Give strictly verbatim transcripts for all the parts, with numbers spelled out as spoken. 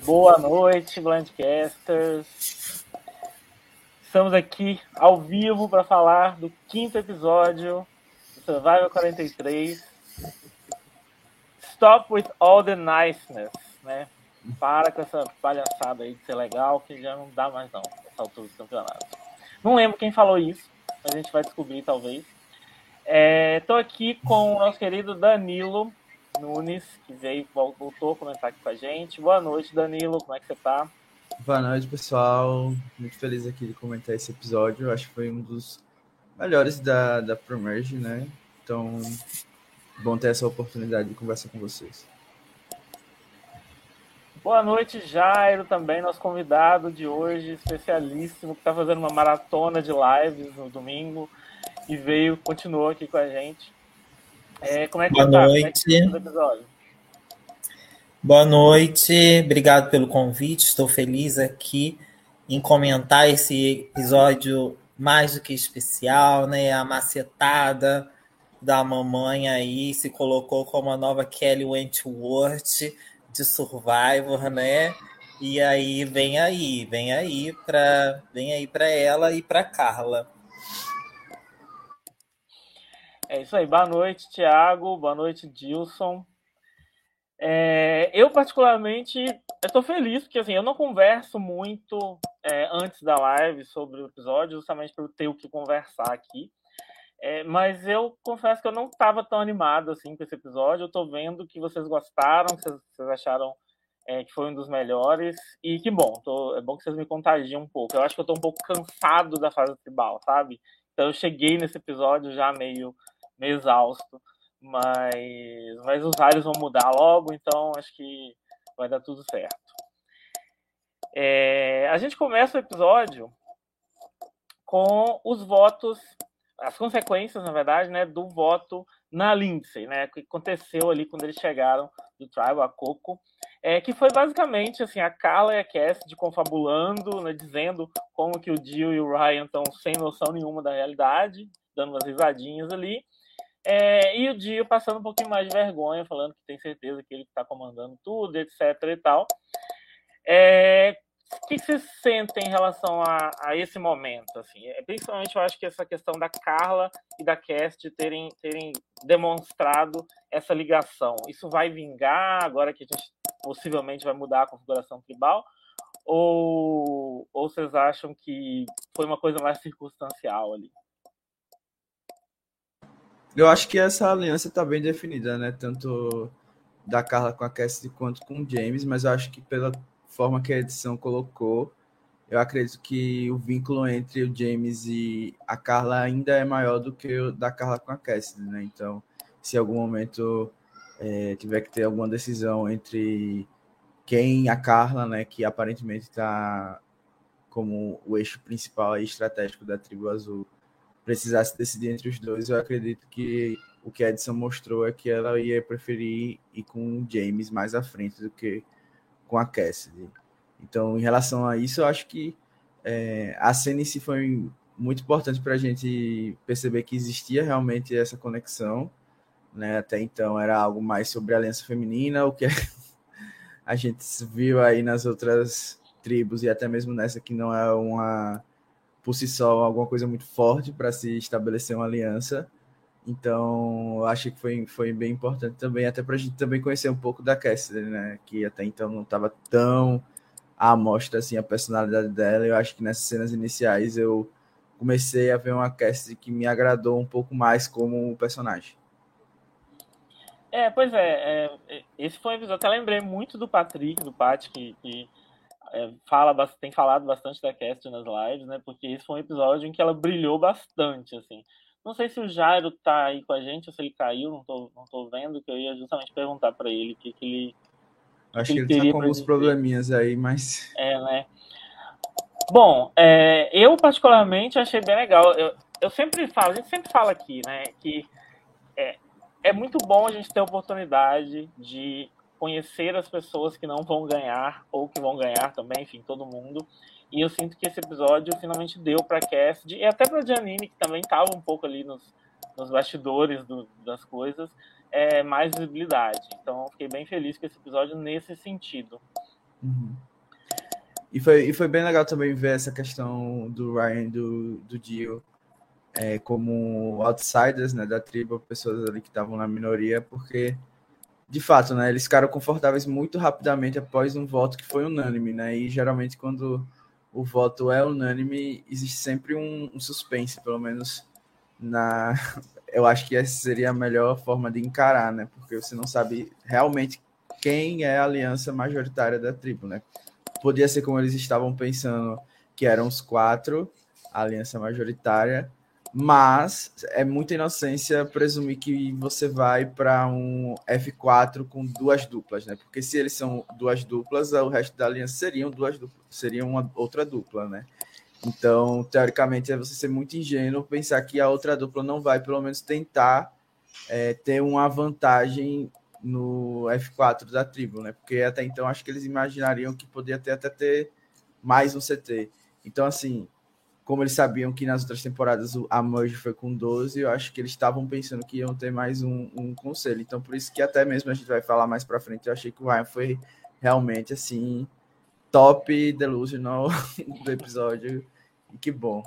Boa noite, Blindcasters. Estamos aqui ao vivo para falar do quinto episódio do Survival quarenta e três. Stop with all the niceness, né? Para com essa palhaçada aí de ser legal, que já não dá mais não, nessa altura do campeonato. Não lembro quem falou isso, mas a gente vai descobrir talvez. Estou é, aqui com o nosso querido Danilo Nunes, que veio, voltou a comentar aqui com a gente. Boa noite, Danilo, como é que você tá? Boa noite, pessoal. Muito feliz aqui de comentar esse episódio. Acho que foi um dos melhores da, da Promerge, né? Então, bom ter essa oportunidade de conversar com vocês. Boa noite, Jairo, também nosso convidado de hoje, especialíssimo, que está fazendo uma maratona de lives no domingo e veio, continuou aqui com a gente. É, como é que Boa você tá? noite. Como é que tá o episódio? Boa noite, obrigado pelo convite. Estou feliz aqui em comentar esse episódio mais do que especial, né? A macetada da mamãe aí se colocou como a nova Kelly Wentworth de Survivor, né? E aí vem aí, vem aí para, vem aí para ela e para Carla. É isso aí. Boa noite, Thiago. Boa noite, Dilson. É, eu, particularmente, estou feliz, porque assim, eu não converso muito é, antes da live sobre o episódio, justamente por ter o que conversar aqui. É, mas eu confesso que eu não estava tão animado assim com esse episódio. Eu estou vendo que vocês gostaram, que vocês acharam é, que foi um dos melhores. E que bom, tô, é bom que vocês me contagiam um pouco. Eu acho que eu estou um pouco cansado da fase tribal, sabe? Então eu cheguei nesse episódio já meio, meio exausto. Mas, mas os raios vão mudar logo, então acho que vai dar tudo certo. É, a gente começa o episódio com os votos, as consequências, na verdade, né, do voto na Lindsay, né, que aconteceu ali quando eles chegaram do Tribal, a Coco, é, que foi basicamente assim, a Carla e a Cassidy confabulando, né, dizendo como que o Jill e o Ryan estão sem noção nenhuma da realidade, dando umas risadinhas ali. É, e o Dio passando um pouquinho mais de vergonha, falando que tem certeza que ele está comandando tudo, etc e tal. É, o que vocês sentem em relação a, a esse momento? Assim? É, principalmente eu acho que essa questão da Carla e da Cast terem, terem demonstrado essa ligação. Isso vai vingar agora que a gente possivelmente vai mudar a configuração tribal? Ou, ou vocês acham que foi uma coisa mais circunstancial ali? Eu acho que essa aliança está bem definida, né? Tanto da Carla com a Cassidy quanto com o James, mas eu acho que pela forma que a edição colocou, eu acredito que o vínculo entre o James e a Carla ainda é maior do que o da Carla com a Cassidy, né? Então, se em algum momento é, tiver que ter alguma decisão entre quem a Carla, né, que aparentemente está como o eixo principal e estratégico da tribo azul, precisasse decidir entre os dois, eu acredito que o que a edição mostrou é que ela ia preferir ir com o James mais à frente do que com a Cassidy. Então, em relação a isso, eu acho que é, a cena em si foi muito importante para a gente perceber que existia realmente essa conexão, né? Até então era algo mais sobre a aliança feminina, o que a gente viu aí nas outras tribos e até mesmo nessa que não é uma por si só alguma coisa muito forte para se estabelecer uma aliança. Então, eu acho que foi, foi bem importante também, até para a gente também conhecer um pouco da Cassidy, né? Que até então não estava tão à mostra assim, a personalidade dela. Eu acho que nessas cenas iniciais eu comecei a ver uma Cassidy que me agradou um pouco mais como personagem. É, pois é, é, esse foi um episódio que eu lembrei muito do Patrick, do Pat, que, que é, fala, tem falado bastante da Cast nas lives, né? Porque esse foi um episódio em que ela brilhou bastante, assim. Não sei se o Jairo tá aí com a gente ou se ele caiu, não tô, não tô vendo, que eu ia justamente perguntar para ele o que, que ele. Que Acho que que ele ele tá teria com para alguns dizer. probleminhas aí, mas. É, né? Bom, é, eu particularmente achei bem legal. Eu, eu sempre falo, a gente sempre fala aqui, né? Que é, é muito bom a gente ter a oportunidade de conhecer as pessoas que não vão ganhar ou que vão ganhar também, enfim, todo mundo. E eu sinto que esse episódio finalmente deu para Cassidy e até para Janine, que também estava um pouco ali nos, nos bastidores do, das coisas, é, mais visibilidade. Então, eu fiquei bem feliz com esse episódio nesse sentido. Uhum. E foi, e foi bem legal também ver essa questão do Ryan, do, do Dio, é, como outsiders, né, da tribo, pessoas ali que estavam na minoria, porque, de fato, né, eles ficaram confortáveis muito rapidamente após um voto que foi unânime, né, e geralmente quando o voto é unânime, existe sempre um, um suspense, pelo menos na... Eu acho que essa seria a melhor forma de encarar, né, porque você não sabe realmente quem é a aliança majoritária da tribo, né. Podia ser como eles estavam pensando, que eram os quatro, a aliança majoritária, mas é muita inocência presumir que você vai para um F quatro com duas duplas, né? Porque se eles são duas duplas, o resto da aliança seriam duas duplas, seria uma outra dupla, né? Então, teoricamente, é você ser muito ingênuo pensar que a outra dupla não vai, pelo menos, tentar é, ter uma vantagem no F quatro da tribo, né? Porque até então acho que eles imaginariam que podia ter até ter mais um C T. Então, assim, como eles sabiam que nas outras temporadas a Merge foi com doze, eu acho que eles estavam pensando que iam ter mais um, um conselho. Então, por isso que até mesmo a gente vai falar mais pra frente, eu achei que o Ryan foi realmente, assim, top delusional do episódio. E que bom.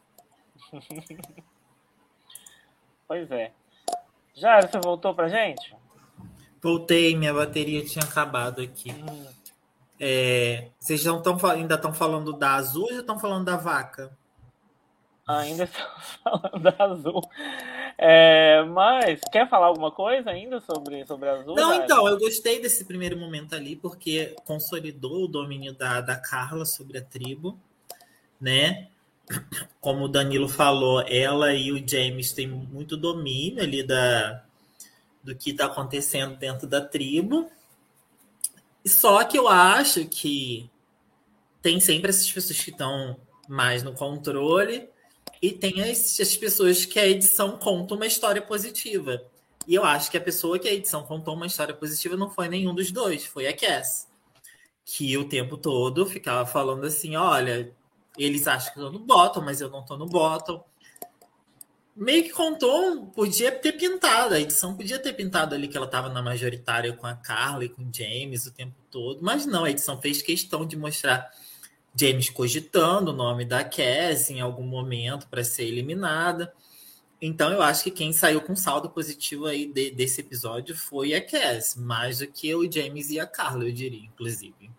Pois é. Já você voltou pra gente? Voltei, minha bateria tinha acabado aqui. Hum. É, vocês não tão, ainda estão falando da Azul ou já estão falando da vaca? Ainda estamos falando da Azul. É, mas, quer falar alguma coisa ainda sobre, sobre a Azul? Não, então, eu gostei desse primeiro momento ali, porque consolidou o domínio da, da Carla sobre a tribo, né? Como o Danilo falou, ela e o James têm muito domínio ali da, do que está acontecendo dentro da tribo. Só que eu acho que tem sempre essas pessoas que estão mais no controle e tem as, as pessoas que a edição conta uma história positiva. E eu acho que a pessoa que a edição contou uma história positiva não foi nenhum dos dois, foi a Cass. Que o tempo todo ficava falando assim, olha, eles acham que eu tô no bottom, mas eu não tô no bottom. Meio que contou, podia ter pintado, a edição podia ter pintado ali que ela estava na majoritária com a Carla e com o James o tempo todo, mas não, a edição fez questão de mostrar James cogitando o nome da Cass em algum momento para ser eliminada. Então eu acho que quem saiu com saldo positivo aí de, desse episódio foi a Cass, mais do que o James e a Carla, eu diria, inclusive.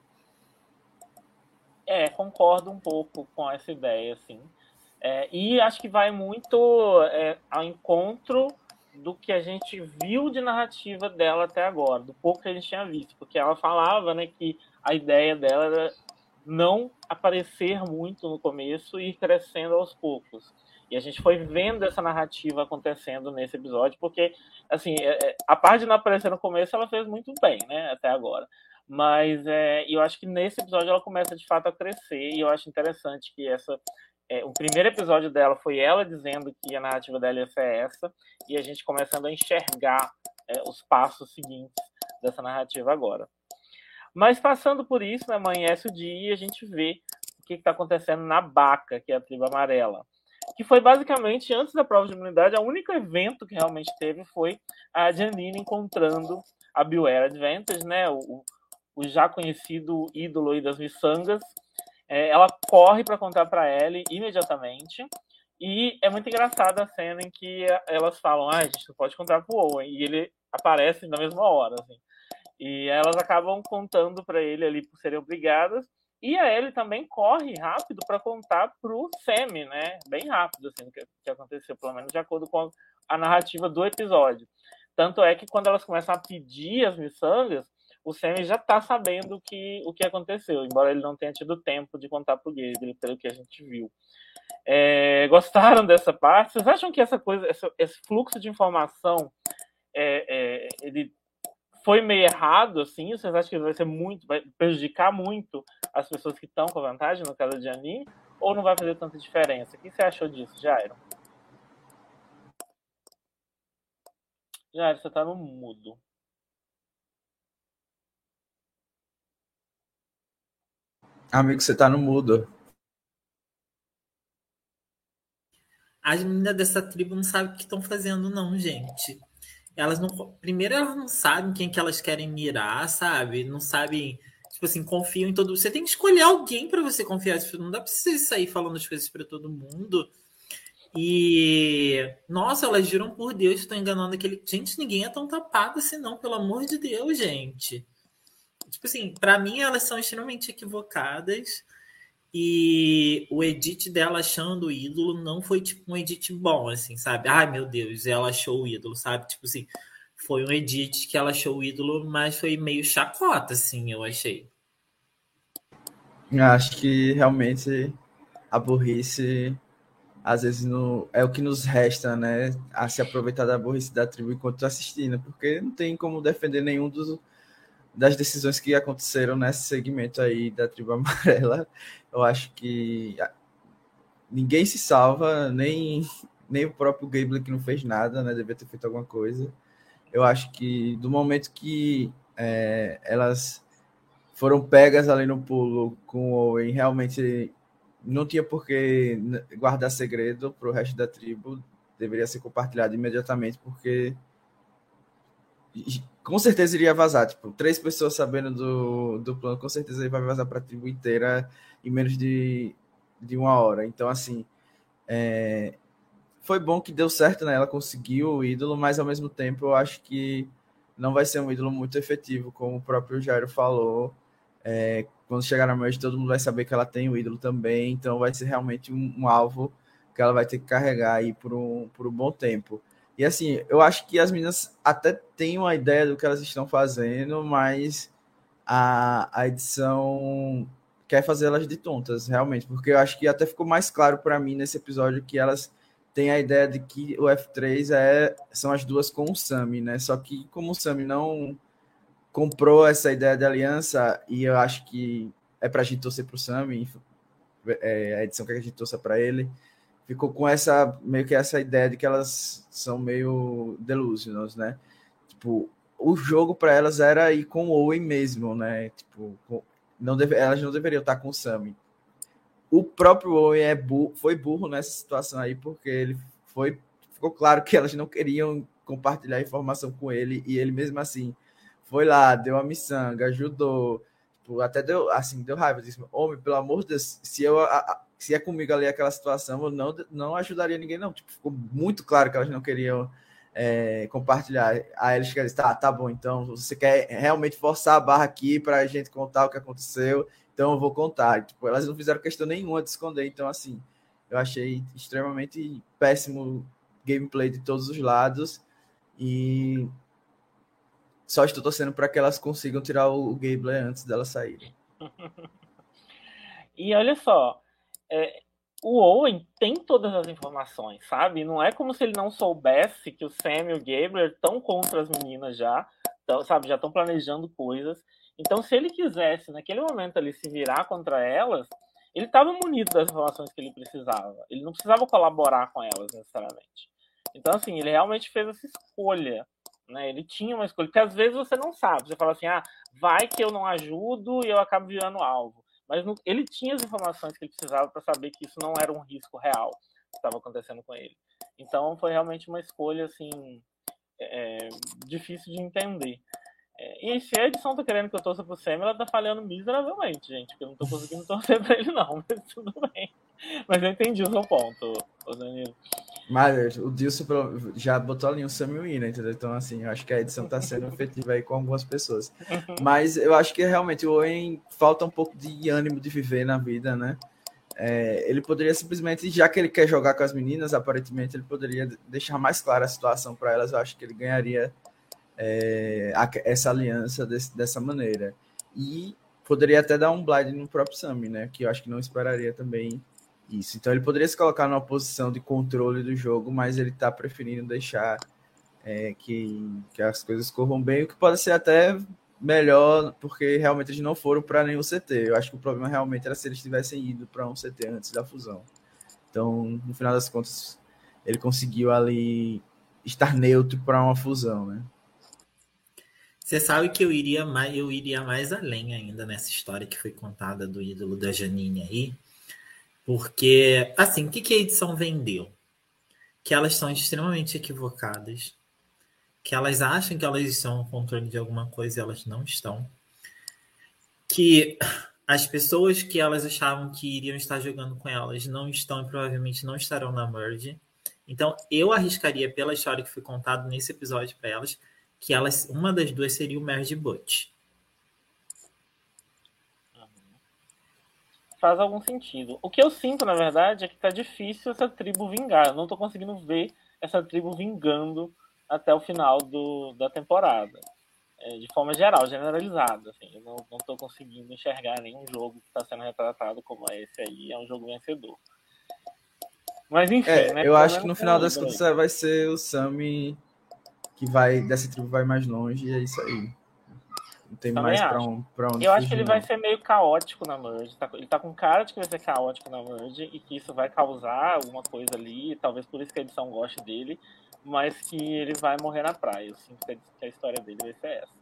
É, concordo um pouco com essa ideia, assim. É, e acho que vai muito é, ao encontro do que a gente viu de narrativa dela até agora, do pouco que a gente tinha visto, porque ela falava, né, que a ideia dela era não aparecer muito no começo e ir crescendo aos poucos. E a gente foi vendo essa narrativa acontecendo nesse episódio, porque, assim, a parte de não aparecer no começo, ela fez muito bem, né, até agora. Mas é, eu acho que nesse episódio ela começa, de fato, a crescer, e eu acho interessante que essa... É, o primeiro episódio dela foi ela dizendo que a narrativa dela ia ser essa, e a gente começando a enxergar é, os passos seguintes dessa narrativa agora. Mas passando por isso, né, amanhece o dia e a gente vê o que está acontecendo na Baca, que é a tribo amarela. Que foi basicamente, antes da prova de imunidade, o único evento que realmente teve foi a Janine encontrando a Beware Advantage, né, o, o já conhecido ídolo aí das miçangas. É, ela corre para contar para Ellie imediatamente. E é muito engraçada a cena em que elas falam: ah, a gente não pode contar pro Owen. E ele aparece na mesma hora, assim. E elas acabam contando para ele ali por serem obrigadas. E a Ellie também corre rápido para contar pro Sam, né? Bem rápido, assim, o que, que aconteceu, pelo menos de acordo com a narrativa do episódio. Tanto é que quando elas começam a pedir as miçangas, o Sam já tá sabendo que, o que aconteceu, embora ele não tenha tido tempo de contar pro Gabriel, pelo que a gente viu. É, gostaram dessa parte? Vocês acham que essa coisa, essa, esse fluxo de informação é, é, ele foi meio errado, assim? Vocês acham que vai ser muito, vai prejudicar muito as pessoas que estão com vantagem, no caso de Janine, ou não vai fazer tanta diferença? O que você achou disso, Jairo? Jairo, você tá no mudo. Amigo, você tá no mudo. As meninas dessa tribo não sabem o que estão fazendo, não, gente. Elas não. Primeiro, elas não sabem quem que elas querem mirar, sabe? Não sabem. tipo assim, confiam em todo... Você tem que escolher alguém para você confiar. Tipo, não dá para você sair falando as coisas para todo mundo. E, nossa, elas juram por Deus que estão enganando aquele... Gente, ninguém é tão tapado assim, não. Pelo amor de Deus, gente. Tipo assim, para mim, elas são extremamente equivocadas. E o edit dela achando o ídolo não foi tipo um edit bom, assim, sabe? Ai, meu Deus, ela achou o ídolo, sabe? Tipo assim, foi um edit que ela achou o ídolo, mas foi meio chacota, assim, eu achei. Acho que realmente a burrice, às vezes, no, é o que nos resta, né? A se aproveitar da burrice da tribo enquanto tá assistindo, porque não tem como defender nenhum dos das decisões que aconteceram nesse segmento aí da tribo amarela. Eu acho que ninguém se salva, nem, nem o próprio Gable que não fez nada, né? Devia ter feito alguma coisa. Eu acho que do momento que é, elas foram pegas ali no pulo com o Owen, realmente não tinha por que guardar segredo para o resto da tribo, deveria ser compartilhado imediatamente, porque com certeza iria vazar, tipo, três pessoas sabendo do, do plano, com certeza ele vai vazar para a tribo inteira em menos de, de uma hora. Então, assim, é, foi bom que deu certo, né? Ela conseguiu o ídolo, mas ao mesmo tempo eu acho que não vai ser um ídolo muito efetivo, como o próprio Jairo falou. É, quando chegar na noite, todo mundo vai saber que ela tem o ídolo também, então vai ser realmente um, um alvo que ela vai ter que carregar aí por um, por um bom tempo. E assim, eu acho que as meninas até têm uma ideia do que elas estão fazendo, mas a, a edição quer fazer elas de tontas, realmente, porque eu acho que até ficou mais claro para mim nesse episódio que elas têm a ideia de que o F três é, são as duas com o Sami, né? Só que como o Sami não comprou essa ideia de aliança, e eu acho que é pra gente torcer pro Sami, é, a edição que a gente torça para ele, ficou com essa, meio que essa ideia de que elas são meio delusionals, né? Tipo, o jogo para elas era ir com o Owen mesmo, né? Tipo, com, não deve, elas não deveriam estar com o Sami. O próprio Owen é burro, foi burro nessa situação aí, porque ele foi, ficou claro que elas não queriam compartilhar informação com ele, e ele mesmo assim foi lá, deu uma miçanga, ajudou, tipo, até deu, assim, deu raiva, disse, homem, pelo amor de Deus, se, eu, a, a, se é comigo ali aquela situação, eu não, não ajudaria ninguém, não. Tipo, ficou muito claro que elas não queriam é, compartilhar. Aí eles querem, tá, tá bom, então, você quer realmente forçar a barra aqui para a gente contar o que aconteceu, então eu vou contar. Tipo, elas não fizeram questão nenhuma de esconder, então, assim, eu achei extremamente péssimo gameplay de todos os lados, e só estou torcendo para que elas consigam tirar o Gable antes delas saírem. E olha só, é, o Owen tem todas as informações, sabe? Não é como se ele não soubesse que o Sam e o Gabriel estão contra as meninas já, tão, sabe? Já estão planejando coisas. Então, se ele quisesse, naquele momento ali, se virar contra elas, ele estava munido das informações que ele precisava. Ele não precisava colaborar com elas, necessariamente. Então, assim, ele realmente fez essa escolha. Né? Ele tinha uma escolha, porque às vezes você não sabe. Você fala assim, ah, vai que eu não ajudo e eu acabo virando alvo. Mas não, ele tinha as informações que ele precisava para saber que isso não era um risco real que estava acontecendo com ele. Então foi realmente uma escolha assim é, difícil de entender. É, e se a edição tá querendo que eu torça pro Sam, ela tá falhando miseravelmente, gente. Porque eu não tô conseguindo torcer pra ele, não. Mas tudo bem. Mas eu entendi o seu ponto, Danilo. Mas o Dilson já botou ali um Samuel Ina, entendeu? Então, assim, eu acho que a edição tá sendo efetiva aí com algumas pessoas. Mas eu acho que realmente o Owen falta um pouco de ânimo de viver na vida, né? É, ele poderia simplesmente, já que ele quer jogar com as meninas, aparentemente ele poderia deixar mais clara a situação para elas. Eu acho que ele ganharia é, essa aliança desse, dessa maneira. E poderia até dar um blind no próprio Sami, né? Que eu acho que não esperaria também isso. Então ele poderia se colocar numa posição de controle do jogo, mas ele está preferindo deixar é, que, que as coisas corram bem, o que pode ser até melhor, porque realmente eles não foram para nenhum C T. Eu acho que o problema realmente era se eles tivessem ido para um C T antes da fusão. Então, no final das contas, ele conseguiu ali estar neutro para uma fusão, né? Você sabe que eu iria mais, eu iria mais além ainda nessa história que foi contada do ídolo da Janine aí. Porque, assim, o que, que a edição vendeu? Que elas estão extremamente equivocadas, que elas acham que elas estão no controle de alguma coisa e elas não estão. que as pessoas que elas achavam que iriam estar jogando com elas não estão e provavelmente não estarão na Merge. Então, eu arriscaria, pela história que foi contada nesse episódio para elas, que elas, uma das duas seria o Merge Butch. Faz algum sentido. O que eu sinto, na verdade, é que tá difícil essa tribo vingar. Eu não tô conseguindo ver essa tribo vingando até o final do, da temporada. É, de forma geral, generalizada. Assim. Eu não, não tô conseguindo enxergar nenhum jogo que está sendo retratado como esse aí. É um jogo vencedor. Mas enfim, é, né? Eu acho que no final das contas vai ser o Sami que vai, dessa tribo vai mais longe, e é isso aí. Não tem Também mais para um, pra onde Eu fugir, acho que ele não. vai ser meio caótico na Merge. Ele tá com cara de que vai ser caótico na Merge e que isso vai causar alguma coisa ali. Talvez por isso que a edição goste dele. Mas que ele vai morrer na praia. Eu sinto que a história dele vai ser essa.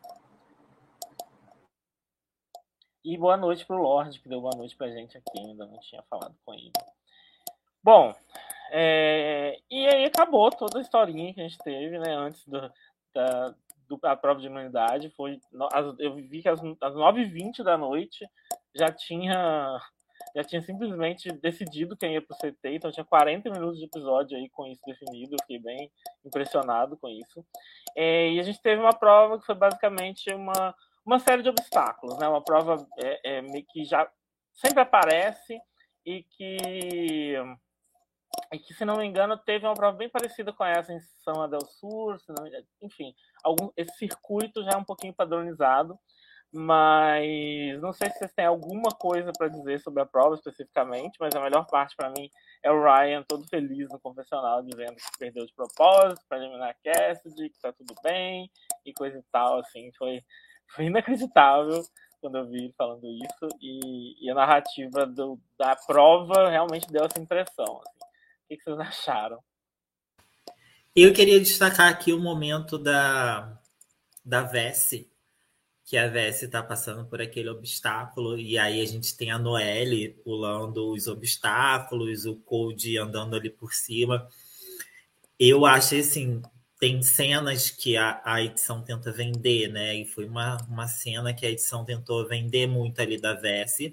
E boa noite pro Lorde, que deu boa noite pra gente aqui. Ainda não tinha falado com ele. Bom, é... e aí acabou toda a historinha que a gente teve, né? Antes do, da, do, a prova de imunidade. Foi, eu vi que às, às nove e vinte da noite já tinha, já tinha simplesmente decidido quem ia pro C T. Então tinha quarenta minutos de episódio aí com isso definido. Eu fiquei bem impressionado com isso. É, e a gente teve uma prova que foi basicamente uma, uma série de obstáculos, né? Uma prova é, é, que já sempre aparece e que... E que, se não me engano, teve uma prova bem parecida com essa em São Adel Sur, enfim, algum, esse circuito já é um pouquinho padronizado, mas não sei se vocês têm alguma coisa para dizer sobre a prova especificamente, mas a melhor parte para mim é o Ryan todo feliz no confessional, dizendo que perdeu de propósito para eliminar a Cassidy, que tá tudo bem, e coisa e tal, assim, foi, foi inacreditável quando eu vi ele falando isso, e, e a narrativa do, da prova realmente deu essa impressão, assim. O que vocês acharam? Eu queria destacar aqui o momento da, da Vessi, que a Vessi está passando por aquele obstáculo, e aí a gente tem a Noelle pulando os obstáculos, o Cody andando ali por cima. Eu acho assim, tem cenas que a, a edição tenta vender, né? E foi uma, uma cena que a edição tentou vender muito ali da Vessi.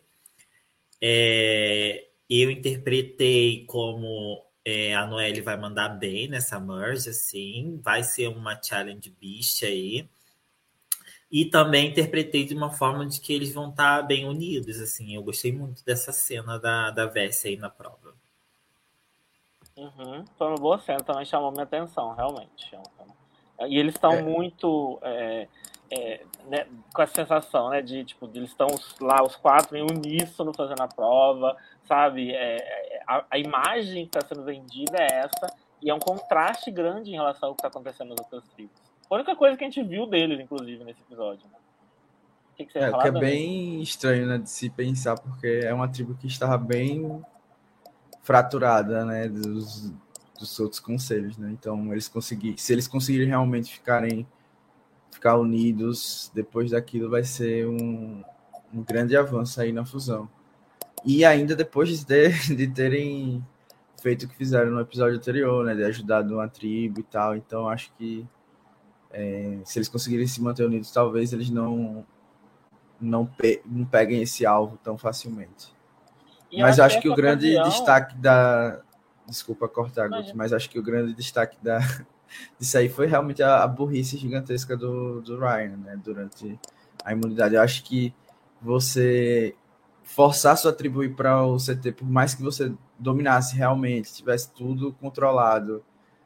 É, eu interpretei como é, a Noelle vai mandar bem nessa merge, assim, vai ser uma challenge beast aí. E também interpretei de uma forma de que eles vão estar bem unidos, assim. Eu gostei muito dessa cena da, da Vessi aí na prova. Uhum, foi uma boa cena, também chamou minha atenção, realmente. E eles estão é. muito é, é, né, com essa sensação, né, de, tipo, eles estão lá, os quatro, em uníssono fazendo a prova, sabe? É, a, a imagem que está sendo vendida é essa, e é um contraste grande em relação ao que está acontecendo nas outras tribos. Foi a única coisa que a gente viu deles, inclusive, nesse episódio. O que, que você ia é, falar, que é Daniel? bem estranho, né, de se pensar, porque é uma tribo que estava bem fraturada, né, dos, dos outros conselhos, né? Então, eles conseguirem, se eles conseguirem realmente ficarem ficar unidos depois daquilo, vai ser um, um grande avanço aí na fusão. E ainda depois de, de terem feito o que fizeram no episódio anterior, né, de ajudar uma tribo e tal. Então, acho que é, se eles conseguirem se manter unidos, talvez eles não não, pe não peguem esse alvo tão facilmente. E mas eu acho que o grande ocasião... destaque da... Desculpa cortar, Guti, mas acho que o grande destaque da... disso aí foi realmente a, a burrice gigantesca do, do Ryan, né? Durante a imunidade. Eu acho que você forçar sua tribo ir para o C T, por mais que você dominasse realmente, tivesse tudo controlado,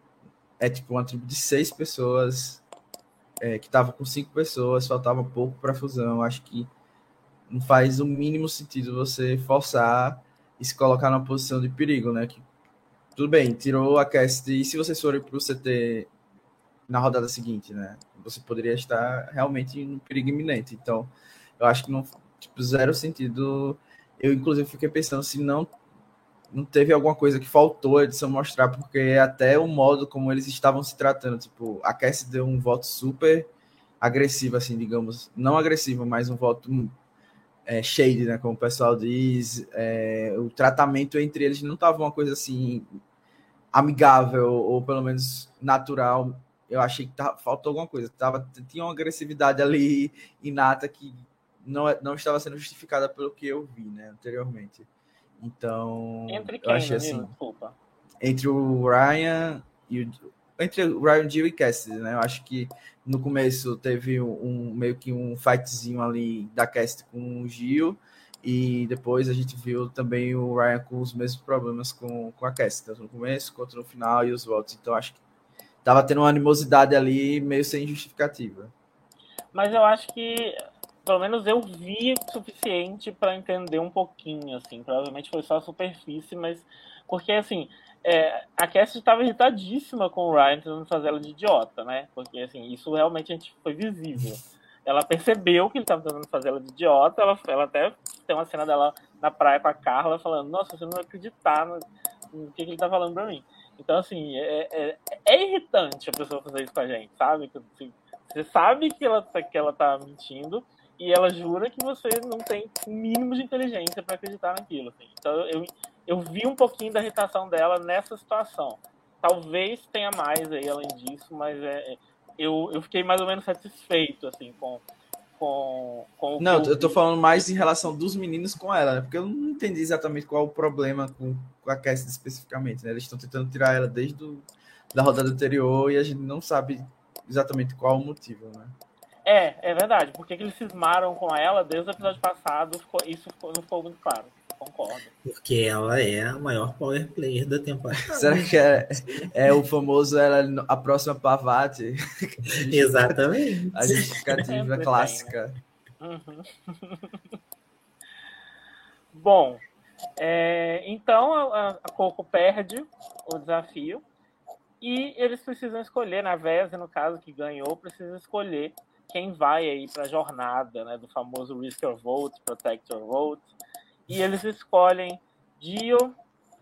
é tipo uma tribo de seis pessoas, é, que estava com cinco pessoas, faltava pouco para a fusão. Eu acho que não faz o mínimo sentido você forçar e se colocar numa posição de perigo, né? Que, tudo bem, tirou a Cassidy, e se vocês forem para o C T na rodada seguinte, né? Você poderia estar realmente em um perigo iminente. Então, eu acho que não, tipo, zero sentido. Eu, inclusive, fiquei pensando se não, não teve alguma coisa que faltou a edição mostrar, porque até o modo como eles estavam se tratando, tipo, a Cassidy deu um voto super agressivo, assim, digamos, não agressivo, mas um voto É, shade, né, como o pessoal diz. É, o tratamento entre eles não estava uma coisa assim amigável, ou pelo menos natural. Eu achei que tava, faltou alguma coisa. Tava, tinha uma agressividade ali inata que não, não estava sendo justificada pelo que eu vi, né, anteriormente. Então, entre quem, eu achei Danilo? assim, Desculpa. entre o Ryan e o entre o Ryan Gill e Cassidy, né? Eu acho que no começo teve um meio que um fightzinho ali da Cassidy com o Gil, e depois a gente viu também o Ryan com os mesmos problemas com, com a Cassidy, tanto no começo quanto no final e os votos. Então acho que tava tendo uma animosidade ali meio sem justificativa. Mas eu acho que pelo menos eu vi o suficiente para entender um pouquinho, assim. Provavelmente foi só a superfície, mas porque assim, é, a Cassidy estava irritadíssima com o Ryan tentando fazer ela de idiota, né? Porque assim, isso realmente a gente foi visível. Ela percebeu que ele estava tentando fazer ela de idiota, ela, ela até tem uma cena dela na praia com a Carla falando, nossa, você não vai acreditar no, no que, que ele tá falando pra mim. Então, assim, é, é, é irritante a pessoa fazer isso com a gente, sabe? Assim, você sabe que ela, que ela tá mentindo e ela jura que você não tem o mínimo de inteligência para acreditar naquilo. Assim. Então, eu, eu vi um pouquinho da irritação dela nessa situação. Talvez tenha mais aí além disso, mas é, eu, eu fiquei mais ou menos satisfeito, assim, com, com, com o Não, que eu eu tô vi. falando mais em relação dos meninos com ela, né? Porque eu não entendi exatamente qual o problema com, com a Cassidy especificamente, né? Eles estão tentando tirar ela desde do, da rodada anterior e a gente não sabe exatamente qual o motivo, né? É, é verdade. Porque que eles cismaram com ela desde o episódio passado, ficou, isso ficou, não ficou muito claro. Concordo. Porque ela é a maior power player da temporada. Será que é, é o famoso ela, a próxima Pavati? Exatamente. A justificativa Sempre clássica. Tem, né? Uhum. Bom, é, então a, a Coco perde o desafio e eles precisam escolher, na Vese, no caso, que ganhou, precisa escolher quem vai aí para a jornada, né, do famoso Risk Your Vote, Protect Your Vote. E eles escolhem Dio,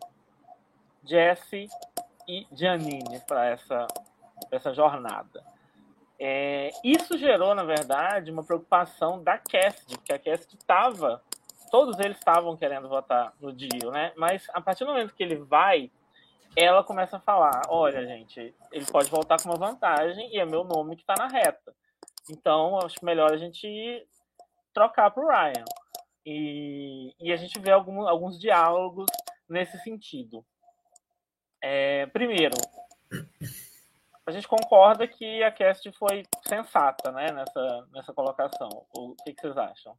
Jesse e Janine para essa, essa jornada. É, isso gerou, na verdade, uma preocupação da Cassidy, porque a Cassidy estava, todos eles estavam querendo votar no Dio, né? Mas a partir do momento que ele vai, ela começa a falar, olha, gente, ele pode voltar com uma vantagem e é meu nome que está na reta. Então, acho melhor a gente trocar para o Ryan. E, e a gente vê algum, alguns diálogos nesse sentido. É, primeiro, a gente concorda que a Cassidy foi sensata, né, nessa, nessa colocação. O que, que vocês acham?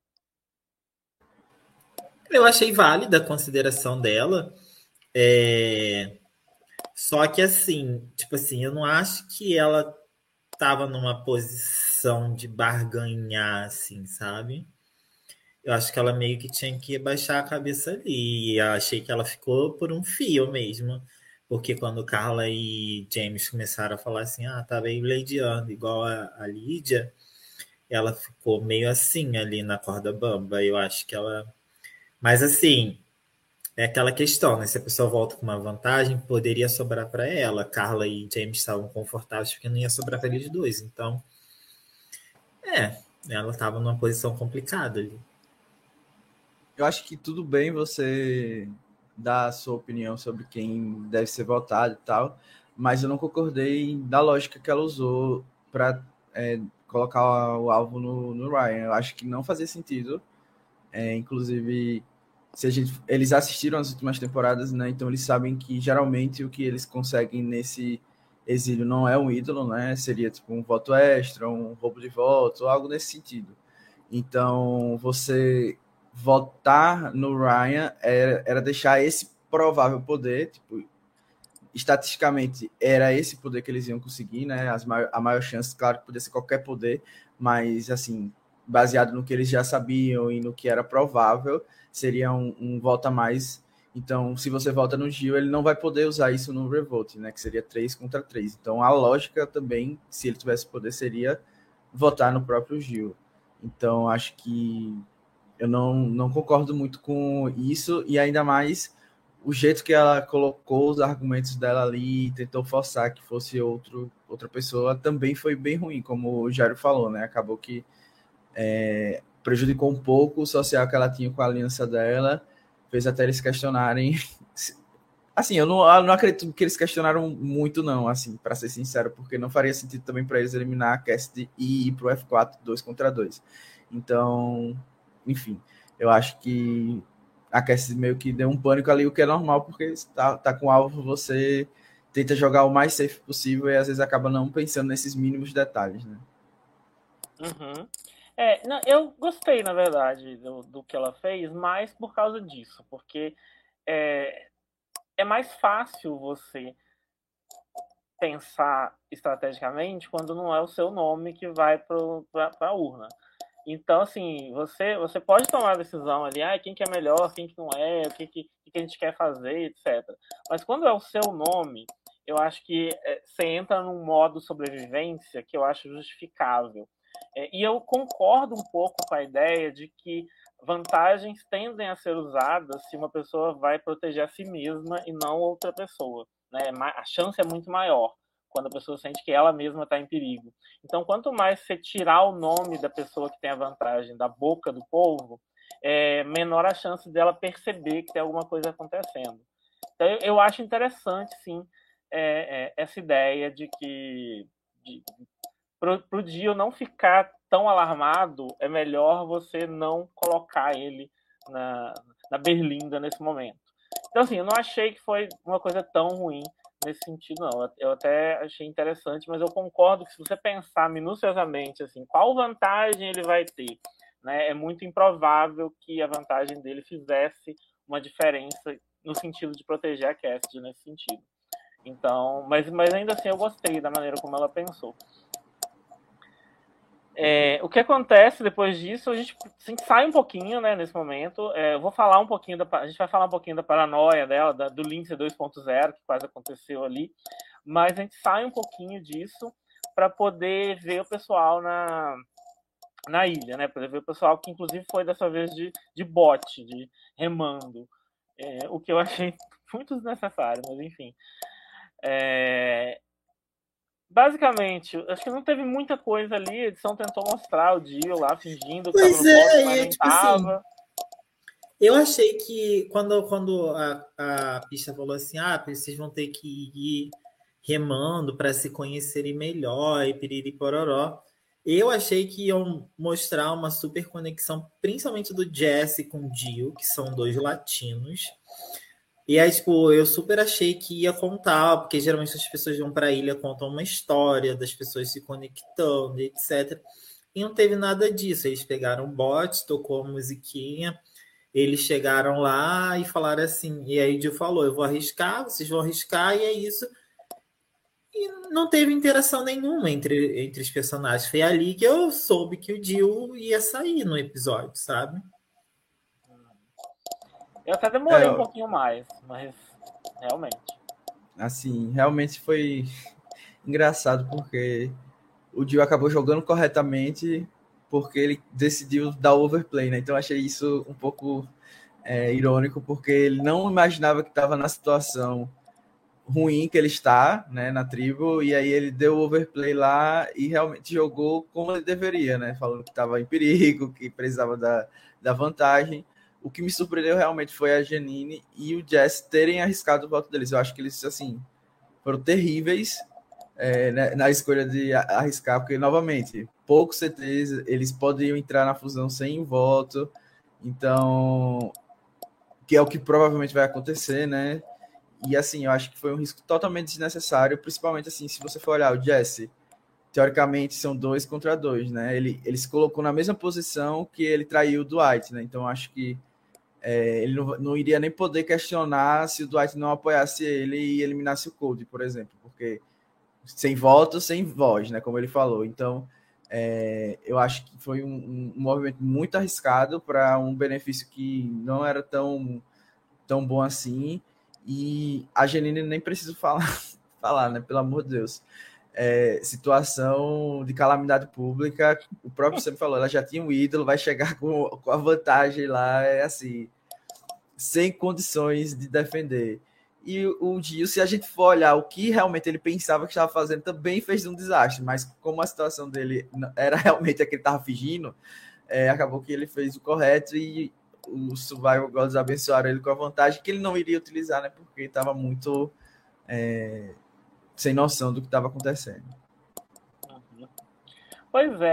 Eu achei válida a consideração dela. É... Só que assim, tipo assim, eu não acho que ela estava numa posição de barganhar, assim, sabe? Eu acho que ela meio que tinha que baixar a cabeça ali. E eu achei que ela ficou por um fio mesmo. Porque quando Carla e James começaram a falar assim, ah, tá meio ladeando, igual a, a Lídia, ela ficou meio assim ali na corda bamba. Eu acho que ela... Mas assim, é aquela questão, né? Se a pessoa volta com uma vantagem, poderia sobrar para ela. Carla e James estavam confortáveis porque não ia sobrar para eles dois. Então, é, ela estava numa posição complicada ali. Eu acho que tudo bem você dar a sua opinião sobre quem deve ser votado e tal, mas eu não concordei da lógica que ela usou para é, colocar o alvo no, no Ryan. Eu acho que não fazia sentido. É, inclusive, se a gente, eles assistiram as últimas temporadas, né? Então eles sabem que geralmente o que eles conseguem nesse exílio não é um ídolo, né? Seria tipo um voto extra, um roubo de voto, algo nesse sentido. Então, você votar no Ryan era, era deixar esse provável poder, tipo, estatisticamente era esse poder que eles iam conseguir, né? As maior, a maior chance, claro, que podia ser qualquer poder, mas assim, baseado no que eles já sabiam e no que era provável, seria um, um voto a mais. Então, se você vota no Gil, ele não vai poder usar isso no Revolt, né? Que seria três contra três. Então, a lógica também, se ele tivesse poder, seria votar no próprio Gil. Então, acho que eu não, não concordo muito com isso, e ainda mais o jeito que ela colocou os argumentos dela ali e tentou forçar que fosse outro, outra pessoa também foi bem ruim, como o Jairo falou, né? Acabou que é, prejudicou um pouco o social que ela tinha com a aliança dela, fez até eles questionarem. Assim, eu não, eu não acredito que eles questionaram muito, não, assim, para ser sincero, porque não faria sentido também para eles eliminar a Cassidy e ir pro F quatro dois contra dois. Então, enfim, eu acho que a Cassie meio que deu um pânico ali, o que é normal, porque tá, tá com alvo, você tenta jogar o mais safe possível e às vezes acaba não pensando nesses mínimos detalhes, né? Uhum. É, não, eu gostei, na verdade, do, do que ela fez, mais por causa disso, porque é, é mais fácil você pensar estrategicamente quando não é o seu nome que vai para a urna. Então, assim, você, você pode tomar a decisão ali, ah, quem que é melhor, quem que não é, o que, que, que a gente quer fazer, etcétera. Mas quando é o seu nome, eu acho que é, você entra num modo sobrevivência que eu acho justificável. É, e eu concordo um pouco com a ideia de que vantagens tendem a ser usadas se uma pessoa vai proteger a si mesma e não outra pessoa. Né? A chance é muito maior quando a pessoa sente que ela mesma está em perigo. Então, quanto mais você tirar o nome da pessoa que tem a vantagem da boca do povo, é menor a chance dela perceber que tem alguma coisa acontecendo. Então, eu, eu acho interessante, sim, é, é, essa ideia de que para o Dio não ficar tão alarmado, é melhor você não colocar ele na, na berlinda nesse momento. Então, assim, eu não achei que foi uma coisa tão ruim nesse sentido, não. Eu até achei interessante, mas eu concordo que se você pensar minuciosamente, assim, qual vantagem ele vai ter, né, é muito improvável que a vantagem dele fizesse uma diferença no sentido de proteger a Cassidy nesse sentido. Então, mas, mas ainda assim eu gostei da maneira como ela pensou. É, o que acontece depois disso, a gente, a gente sai um pouquinho, né, nesse momento. É, eu vou falar um pouquinho da, a gente vai falar um pouquinho da paranoia dela, da, do Lindsay dois ponto zero, que quase aconteceu ali, mas a gente sai um pouquinho disso para poder ver o pessoal na, na ilha, né, para ver o pessoal que inclusive foi dessa vez de, de bote, de remando, é, o que eu achei muito desnecessário, mas enfim. É, basicamente, acho que não teve muita coisa ali. A edição tentou mostrar o Dio lá fingindo que Pois tava no é, ponto, e mas é nem tipo assim, tava. eu achei que quando, quando a, a pista falou assim, ah, vocês vão ter que ir remando para se conhecerem melhor e piriri pororó, eu achei que iam mostrar uma super conexão, principalmente do Jesse com o Dio, que são dois latinos. E aí, tipo, eu super achei que ia contar, porque geralmente as pessoas vão para a ilha, contam uma história das pessoas se conectando, etcétera. E não teve nada disso. Eles pegaram o bot, tocou a musiquinha, eles chegaram lá e falaram assim, e aí o Dio falou, eu vou arriscar, vocês vão arriscar, e é isso. E não teve interação nenhuma entre, entre os personagens. Foi ali que eu soube que o Dio ia sair no episódio, sabe? Eu até demorei É, um pouquinho mais, mas realmente. assim, realmente foi engraçado porque o Dio acabou jogando corretamente porque ele decidiu dar overplay, né? Então eu achei isso um pouco é, irônico, porque ele não imaginava que estava na situação ruim que ele está, né, na tribo, e aí ele deu o overplay lá e realmente jogou como ele deveria, né? Falando que estava em perigo, que precisava da, da vantagem. O que me surpreendeu realmente foi a Janine e o Jess terem arriscado o voto deles. Eu acho que eles, assim, foram terríveis é, né, na escolha de arriscar, porque, novamente, poucos C Ts, eles poderiam entrar na fusão sem voto, então, que é o que provavelmente vai acontecer, né? E, assim, eu acho que foi um risco totalmente desnecessário, principalmente, assim, se você for olhar o Jesse, teoricamente são dois contra dois, né? Ele, ele se colocou na mesma posição que ele traiu o Dwight, né? Então, acho que é, ele não, não iria nem poder questionar se o Dwight não apoiasse ele e eliminasse o Cody, por exemplo, porque sem voto, sem voz, né? Como ele falou. Então, é, eu acho que foi um, um, um movimento muito arriscado para um benefício que não era tão, tão bom assim. E a Janine nem preciso falar, falar, né? Pelo amor de Deus. É, situação de calamidade pública, o próprio sempre falou, ela já tinha um ídolo, vai chegar com, com a vantagem lá, é assim, sem condições de defender. E o Dio, se a gente for olhar o que realmente ele pensava que estava fazendo, também fez um desastre, mas como a situação dele era realmente a que ele estava fingindo, é, acabou que ele fez o correto e o Survival Gods abençoaram ele com a vantagem que ele não iria utilizar, né? Porque estava muito é, sem noção do que estava acontecendo. Uhum. Pois é.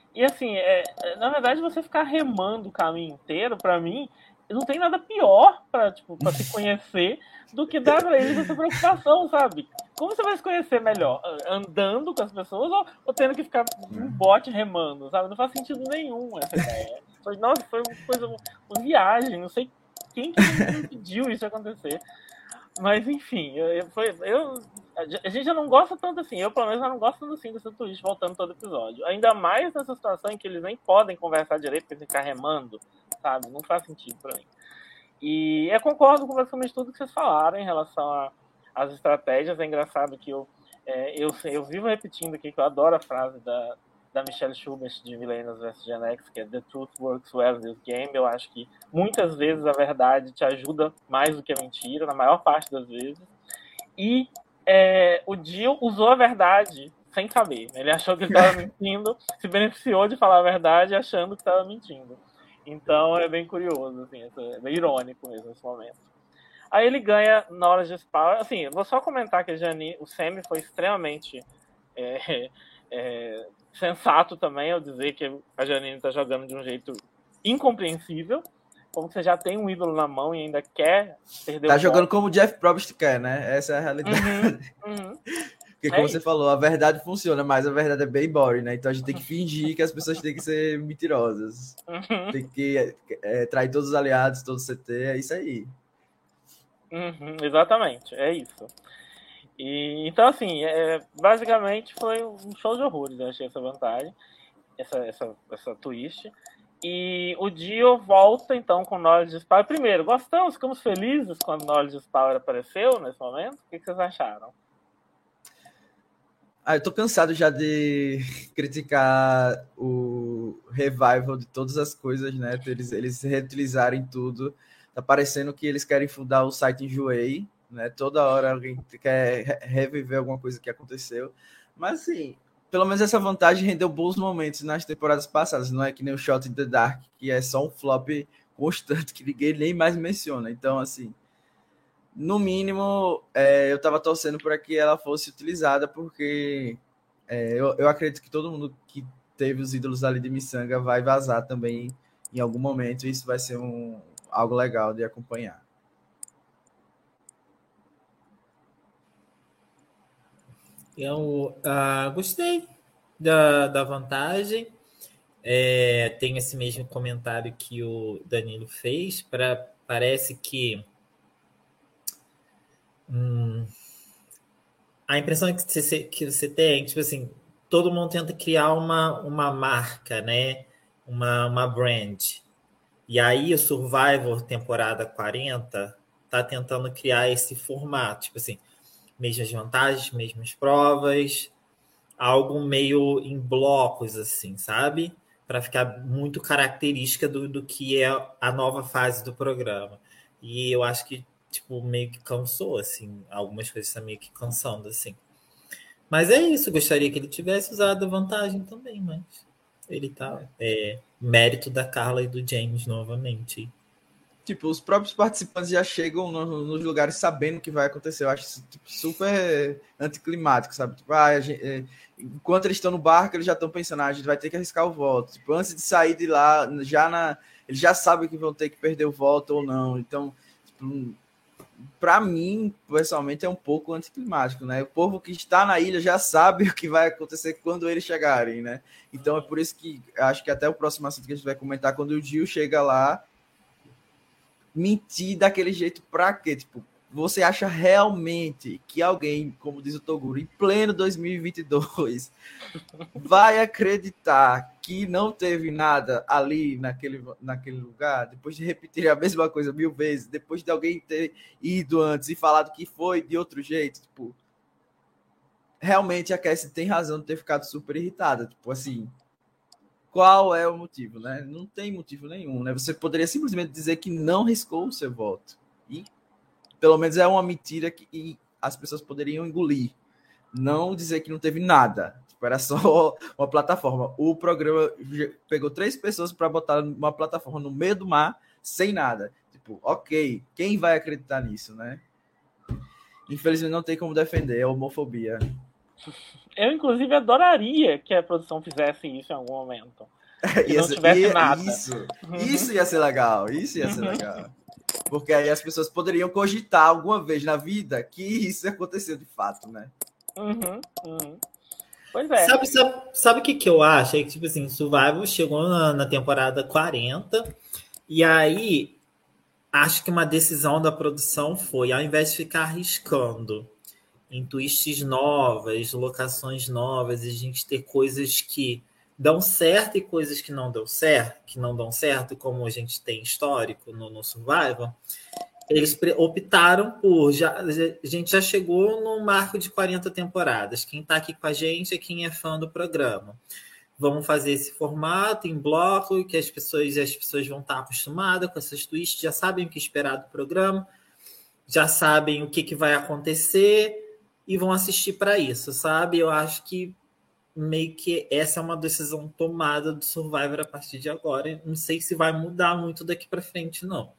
E assim, é, na verdade, você ficar remando o caminho inteiro, pra mim, não tem nada pior pra, tipo, pra se conhecer do que dar pra eles essa preocupação, sabe? Como você vai se conhecer melhor? Andando com as pessoas ou, ou tendo que ficar num bote remando, sabe? Não faz sentido nenhum essa ideia. Foi, nossa, foi uma coisa, uma viagem, não sei quem que impediu isso acontecer. Mas enfim, eu, foi, eu, a gente já não gosta tanto assim. Eu, pelo menos, já não gosto tanto assim desse twist voltando todo episódio. Ainda mais nessa situação em que eles nem podem conversar direito porque ficar remando, sabe? Não faz sentido pra mim. E eu concordo com basicamente tudo que vocês falaram em relação às estratégias. É engraçado que eu, é, eu, eu vivo repetindo aqui que eu adoro a frase da, da Michelle Schubert de Millennials versus. Gen X, que é The truth works well in this game. Eu acho que muitas vezes a verdade te ajuda mais do que a mentira, na maior parte das vezes. E é, o Jill usou a verdade sem saber. Ele achou que ele estava mentindo, se beneficiou de falar a verdade achando que estava mentindo. Então é bem curioso, assim, é bem irônico mesmo nesse momento. Aí ele ganha Knowledge Power. Assim, eu vou só comentar que a Janine, o Sammy foi extremamente é, é, sensato também ao dizer que a Janine está jogando de um jeito incompreensível. Como você já tem um ídolo na mão e ainda quer perder tá o Tá jogando ponto. Como o Jeff Probst quer, né? Essa é a realidade. Uhum, uhum. Porque, como é você isso. falou, a verdade funciona, mas a verdade é bem boring, né? Então a gente tem que fingir que as pessoas têm que ser mentirosas. Uhum. Tem que é, trair todos os aliados, todo o C T, é isso aí. Uhum, exatamente, é isso. E, então, assim, é, basicamente foi um show de horrores, eu achei essa vantagem, essa, essa, essa twist. E o Dio volta, então, com Knowledge Power. Primeiro, gostamos, ficamos felizes quando Knowledge Power apareceu nesse momento. O que vocês acharam? Ah, eu tô cansado já de criticar o revival de todas as coisas, né? Eles, eles reutilizarem tudo. Tá parecendo que eles querem fundar o site Enjoei, né? Toda hora alguém quer reviver alguma coisa que aconteceu. Mas, assim, pelo menos essa vantagem rendeu bons momentos nas temporadas passadas. Não é que nem o Shot in the Dark, que é só um flop constante que ninguém nem mais menciona. Então, assim, no mínimo, é, eu estava torcendo para que ela fosse utilizada, porque é, eu, eu acredito que todo mundo que teve os ídolos ali de Missanga vai vazar também em algum momento, e isso vai ser um, algo legal de acompanhar. Eu uh, gostei da, da vantagem. É, tem esse mesmo comentário que o Danilo fez. Pra, parece que hum, a impressão que você, que você tem, tipo assim, todo mundo tenta criar uma, uma marca, né? Uma, uma brand. E aí o Survivor temporada quarenta tá tentando criar esse formato, tipo assim, mesmas vantagens, mesmas provas, algo meio em blocos, assim, sabe? Para ficar muito característica do, do que é a nova fase do programa. E eu acho que, tipo, meio que cansou, assim, algumas coisas estão meio que cansando, assim. Mas é isso, gostaria que ele tivesse usado a vantagem também, mas ele tá... É, mérito da Carla e do James novamente. Tipo, os próprios participantes já chegam no, nos lugares sabendo o que vai acontecer. Eu acho isso tipo, super anticlimático, sabe? Tipo, ah, a gente, é, enquanto eles estão no barco, eles já estão pensando, ah, a gente vai ter que arriscar o voto. Tipo, antes de sair de lá, já na, eles já sabem que vão ter que perder o voto ou não. Então, tipo, para mim, pessoalmente, é um pouco anticlimático, né? O povo que está na ilha já sabe o que vai acontecer quando eles chegarem, né? Então, é por isso que acho que até o próximo assunto que a gente vai comentar, quando o Gil chega lá, mentir daquele jeito pra quê? Tipo, você acha realmente que alguém, como diz o Toguro, em pleno dois mil e vinte e dois, vai acreditar que não teve nada ali naquele, naquele lugar, depois de repetir a mesma coisa mil vezes, depois de alguém ter ido antes e falado que foi de outro jeito? Tipo, realmente a Cassie tem razão de ter ficado super irritada. Tipo, assim, qual é o motivo, né? Não tem motivo nenhum, né? Você poderia simplesmente dizer que não riscou o seu voto. E, pelo menos, é uma mentira que as pessoas poderiam engolir. Não dizer que não teve nada. Tipo, era só uma plataforma. O programa pegou três pessoas para botar uma plataforma no meio do mar, sem nada. Tipo, ok, quem vai acreditar nisso, né? Infelizmente, não tem como defender. É homofobia. Eu, inclusive, adoraria que a produção fizesse isso em algum momento. Que não Ia ser- tivesse ia- nada. Isso, isso ia ser legal, isso ia ser legal. Porque aí as pessoas poderiam cogitar alguma vez na vida que isso aconteceu de fato, né? Uhum, uhum. Pois é. Sabe, sabe, sabe o que, que eu acho? É que, tipo assim, Survival chegou na, na temporada quarenta, e aí acho que uma decisão da produção foi, ao invés de ficar arriscando em twists novas, locações novas, e a gente ter coisas que dão certo e coisas que não dão certo, que não dão certo, como a gente tem histórico no, no Survival, eles optaram por. Já, a gente já chegou no marco de quarenta temporadas. Quem está aqui com a gente é quem é fã do programa. Vamos fazer esse formato em bloco, que as pessoas, as pessoas vão estar acostumadas com essas twists, já sabem o que esperar do programa, já sabem o que, que vai acontecer e vão assistir para isso, sabe? Eu acho que meio que essa é uma decisão tomada do Survivor a partir de agora. Não sei se vai mudar muito daqui para frente, não.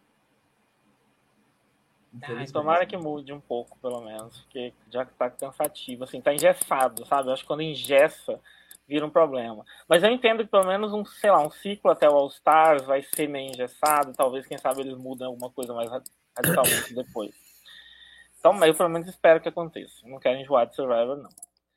Ai, tomara que mude um pouco, pelo menos, porque já tá cansativo, assim, tá engessado, sabe? Eu acho que quando engessa, vira um problema. Mas eu entendo que pelo menos um, sei lá, um ciclo até o All Stars vai ser meio engessado, talvez, quem sabe, eles mudem alguma coisa mais radicalmente depois. Então, eu pelo menos espero que aconteça. Não quero enjoar de Survivor, não.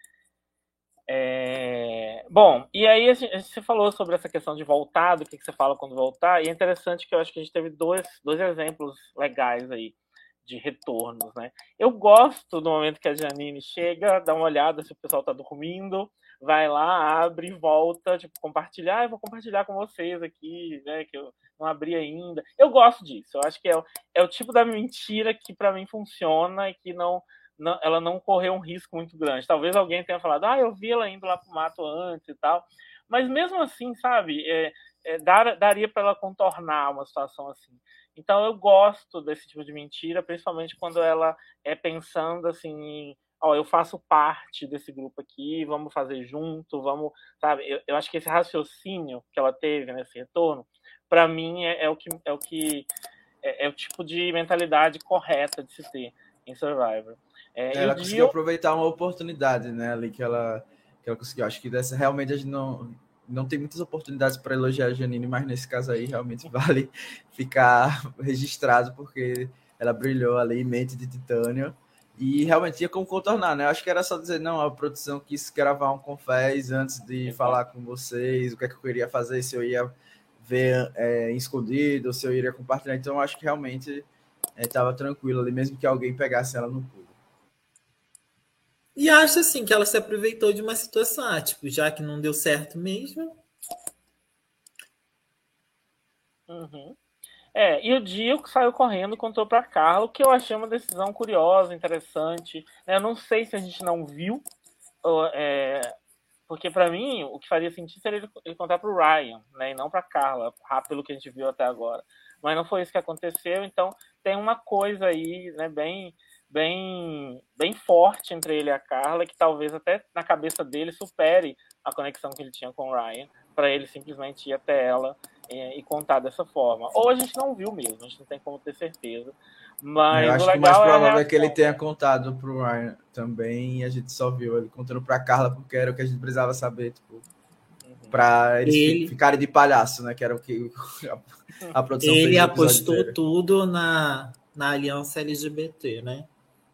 É... Bom, e aí a gente, você falou sobre essa questão de voltar, do que você fala quando voltar, e é interessante que eu acho que a gente teve dois, dois exemplos legais aí de retornos, né? Eu gosto do momento que a Janine chega, dá uma olhada se o pessoal tá dormindo, vai lá, abre e volta, tipo, compartilhar, ah, eu vou compartilhar com vocês aqui, né, que eu não abri ainda. Eu gosto disso, eu acho que é, o, é o tipo da mentira que para mim funciona e que não, não, ela não correu um risco muito grande. Talvez alguém tenha falado, ah, eu vi ela indo lá pro mato antes e tal, mas mesmo assim, sabe, é, é, dar, daria para ela contornar uma situação assim. Então eu gosto desse tipo de mentira, principalmente quando ela é pensando assim, ó, eu faço parte desse grupo aqui, vamos fazer junto, vamos, sabe? Eu, eu acho que esse raciocínio que ela teve nesse retorno, para mim é, é o que é o que é, é, o tipo de mentalidade correta de se ter em Survivor. É, Ela e o conseguiu Dio... aproveitar uma oportunidade, né, ali que ela que ela conseguiu. Acho que dessa realmente a gente não não tem muitas oportunidades para elogiar a Janine, mas nesse caso aí realmente vale ficar registrado, porque ela brilhou ali, mente de titânio, e realmente tinha como contornar, né? Eu acho que era só dizer, não, a produção quis gravar um confés antes de Exato. falar com vocês, o que é que eu iria fazer, se eu ia ver é, escondido, se eu iria compartilhar. Então, eu acho que realmente estava é, tranquilo ali, mesmo que alguém pegasse ela no pulo. E acho assim que ela se aproveitou de uma situação, tipo, já que não deu certo mesmo. Uhum. É, e o Dio saiu correndo, contou pra Carla, o que eu achei uma decisão curiosa, interessante. Eu não sei se a gente não viu, é, porque pra mim o que faria sentido seria ele contar pro Ryan, né, e não pra Carla, pelo que a gente viu até agora. Mas não foi isso que aconteceu, então tem uma coisa aí, né, bem... Bem, bem forte entre ele e a Carla, que talvez até na cabeça dele supere a conexão que ele tinha com o Ryan, para ele simplesmente ir até ela e, e contar dessa forma. Ou a gente não viu mesmo, a gente não tem como ter certeza. Mas eu acho o legal que o mais provável é, é que ele tenha contado pro Ryan também, e a gente só viu ele contando pra Carla, porque era o que a gente precisava saber, tipo, uhum. pra eles ele... ficarem de palhaço, né? Que era o que a, a produção ele fez. Ele apostou inteiro. tudo na, na aliança L G B T, né?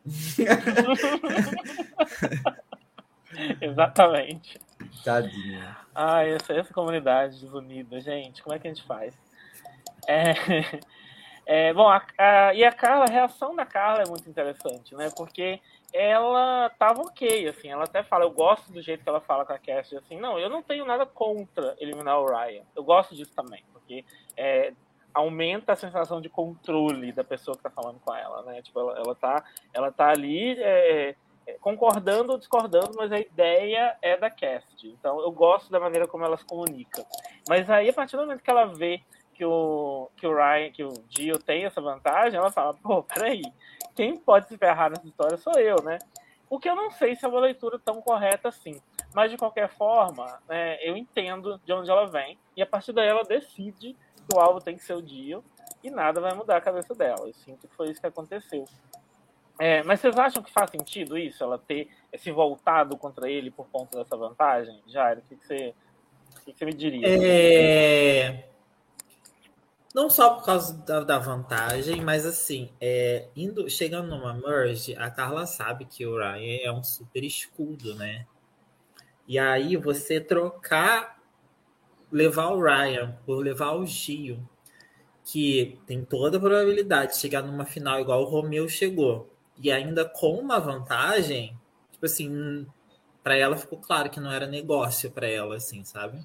Exatamente. Tadinha. Ah, essa, essa comunidade desunida, gente, como é que a gente faz? É, é, bom, a, a, e a Carla, a reação da Carla é muito interessante, né? Porque ela tava ok, assim, ela até fala, eu gosto do jeito que ela fala com a Cassie, assim, não, eu não tenho nada contra eliminar o Ryan, eu gosto disso também, porque é, aumenta a sensação de controle da pessoa que tá falando com ela, né? Tipo, ela, ela, tá, ela tá ali é, concordando ou discordando, mas a ideia é da Cassie. Então, eu gosto da maneira como ela se comunica. Mas aí, a partir do momento que ela vê que o, que o Ryan, que o Dio tem essa vantagem, ela fala, pô, peraí, quem pode se ferrar nessa história sou eu, né? O que eu não sei se é uma leitura tão correta assim. Mas, de qualquer forma, né, eu entendo de onde ela vem, e a partir daí ela decide que o alvo tem que ser o Dio, e nada vai mudar a cabeça dela. Eu sinto que foi isso que aconteceu. É, mas vocês acham que faz sentido isso, ela ter esse voltado contra ele por conta dessa vantagem? Jairo, o que, que, você, o que, que você me diria? É... Não só por causa da, da vantagem, mas assim, é, indo, chegando numa merge, a Carla sabe que o Ryan é um super escudo, né? E aí você trocar, levar o Ryan por levar o Gio, que tem toda a probabilidade de chegar numa final igual o Romeu chegou, e ainda com uma vantagem, tipo assim, para ela ficou claro que não era negócio para ela, assim, sabe?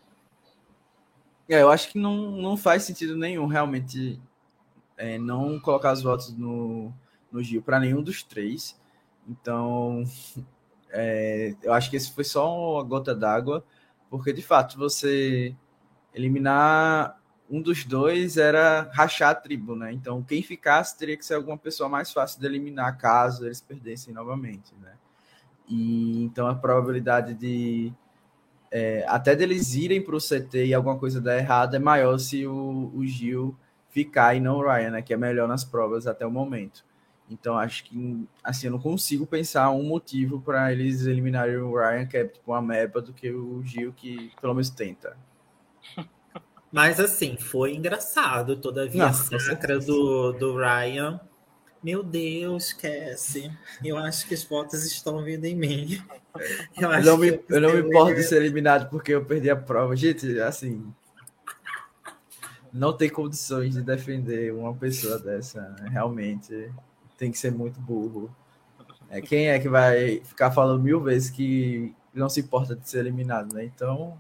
É, eu acho que não, não faz sentido nenhum realmente é, não colocar os votos no, no Gil para nenhum dos três. Então, é, eu acho que esse foi só uma gota d'água, porque de fato você eliminar um dos dois era rachar a tribo, né? Então, quem ficasse teria que ser alguma pessoa mais fácil de eliminar caso eles perdessem novamente, né? E então a probabilidade de é, até deles irem para o C T e alguma coisa dar errado é maior se o, o Gil ficar e não o Ryan, né? Que é melhor nas provas até o momento. Então acho que assim eu não consigo pensar um motivo para eles eliminarem o Ryan, que é tipo uma meba, do que o Gil, que pelo menos tenta. Mas assim, foi engraçado toda a via sacra do, do Ryan. Meu Deus, esquece. Eu acho que os votos estão vindo em mim. Eu, eu não, me, eu eu não me importo de ser eliminado porque eu perdi a prova. Gente, assim, não tem condições de defender uma pessoa dessa. Né? Realmente tem que ser muito burro. É, quem é que vai ficar falando mil vezes que não se importa de ser eliminado, né? Então,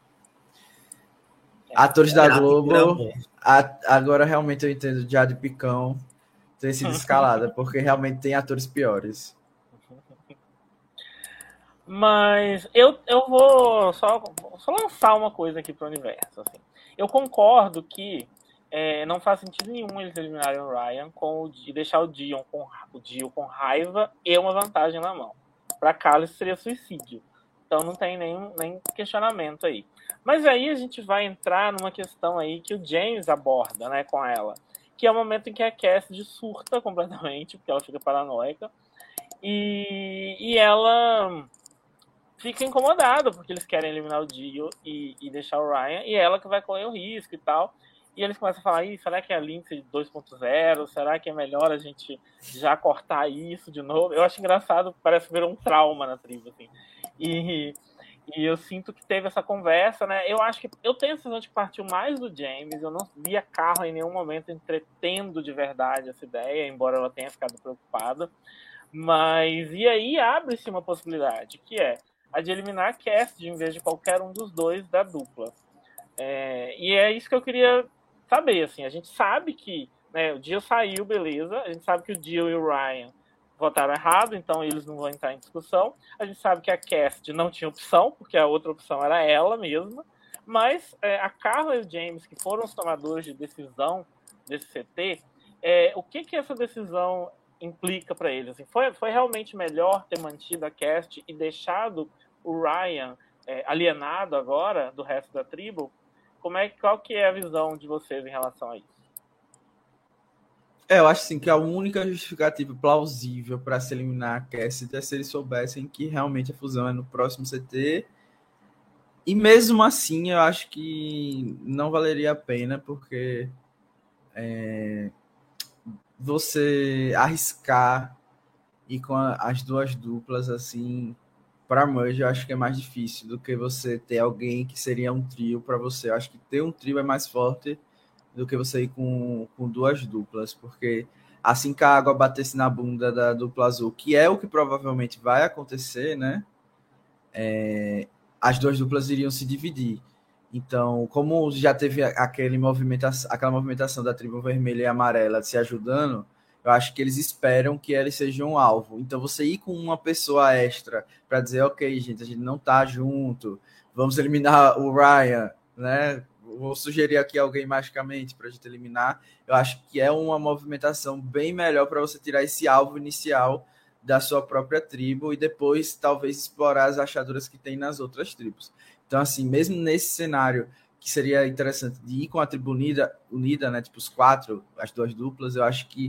é, atores é, da Globo, a, agora realmente eu entendo Jade Picão ter sido escalada, porque realmente tem atores piores. Mas eu, eu vou só, só lançar uma coisa aqui para o universo. Assim. Eu concordo que é, não faz sentido nenhum eles eliminarem o Ryan com o, e deixar o Dion com, o Dio com raiva e uma vantagem na mão. Para Carla isso seria suicídio. Então não tem nem, nem questionamento aí. Mas aí a gente vai entrar numa questão aí que o James aborda, né, com ela. Que é o momento em que a Cassidy surta completamente, porque ela fica paranoica. E, e ela fica incomodada, porque eles querem eliminar o Dio e, e deixar o Ryan, e ela que vai correr o risco e tal. E eles começam a falar, Ih, será que é a Lindsay dois ponto zero? Será que é melhor a gente já cortar isso de novo? Eu acho engraçado, parece que virou um trauma na tribo, assim. E, e eu sinto que teve essa conversa, né? Eu acho que eu tenho a sensação de que partiu mais do James, eu não vi a Carla em nenhum momento entretendo de verdade essa ideia, embora ela tenha ficado preocupada. Mas, e aí abre-se uma possibilidade, que é a de eliminar a Cassidy em vez de qualquer um dos dois da dupla. É, e é isso que eu queria saber, assim, a gente sabe que, né, o Dio saiu, beleza, a gente sabe que o Dio e o Ryan votaram errado, então eles não vão entrar em discussão, a gente sabe que a Cassidy não tinha opção, porque a outra opção era ela mesma, mas é, a Carla e o James, que foram os tomadores de decisão desse C T, é, o que que essa decisão implica para eles? Assim, foi, foi realmente melhor ter mantido a Cassidy e deixado o Ryan é, alienado agora do resto da tribo? Como é, qual que é a visão de vocês em relação a isso? É, eu acho assim, que a única justificativa plausível para se eliminar a Cassidy é se eles soubessem que realmente a fusão é no próximo C T. E mesmo assim, eu acho que não valeria a pena, porque é, você arriscar e com a, as duas duplas assim para merge, eu acho que é mais difícil do que você ter alguém que seria um trio para você. Eu acho que ter um trio é mais forte do que você ir com, com duas duplas, porque assim que a água batesse na bunda da dupla azul, que é o que provavelmente vai acontecer, né? É, as duas duplas iriam se dividir. Então, como já teve aquele movimentação, aquela movimentação da tribo vermelha e amarela se ajudando, eu acho que eles esperam que eles sejam um alvo. Então, você ir com uma pessoa extra para dizer, ok, gente, a gente não tá junto, vamos eliminar o Ryan, né? Vou sugerir aqui alguém magicamente para a gente eliminar. Eu acho que é uma movimentação bem melhor para você tirar esse alvo inicial da sua própria tribo e depois talvez explorar as achaduras que tem nas outras tribos. Então, assim, mesmo nesse cenário que seria interessante de ir com a tribo unida, unida, né, tipo os quatro, as duas duplas, eu acho que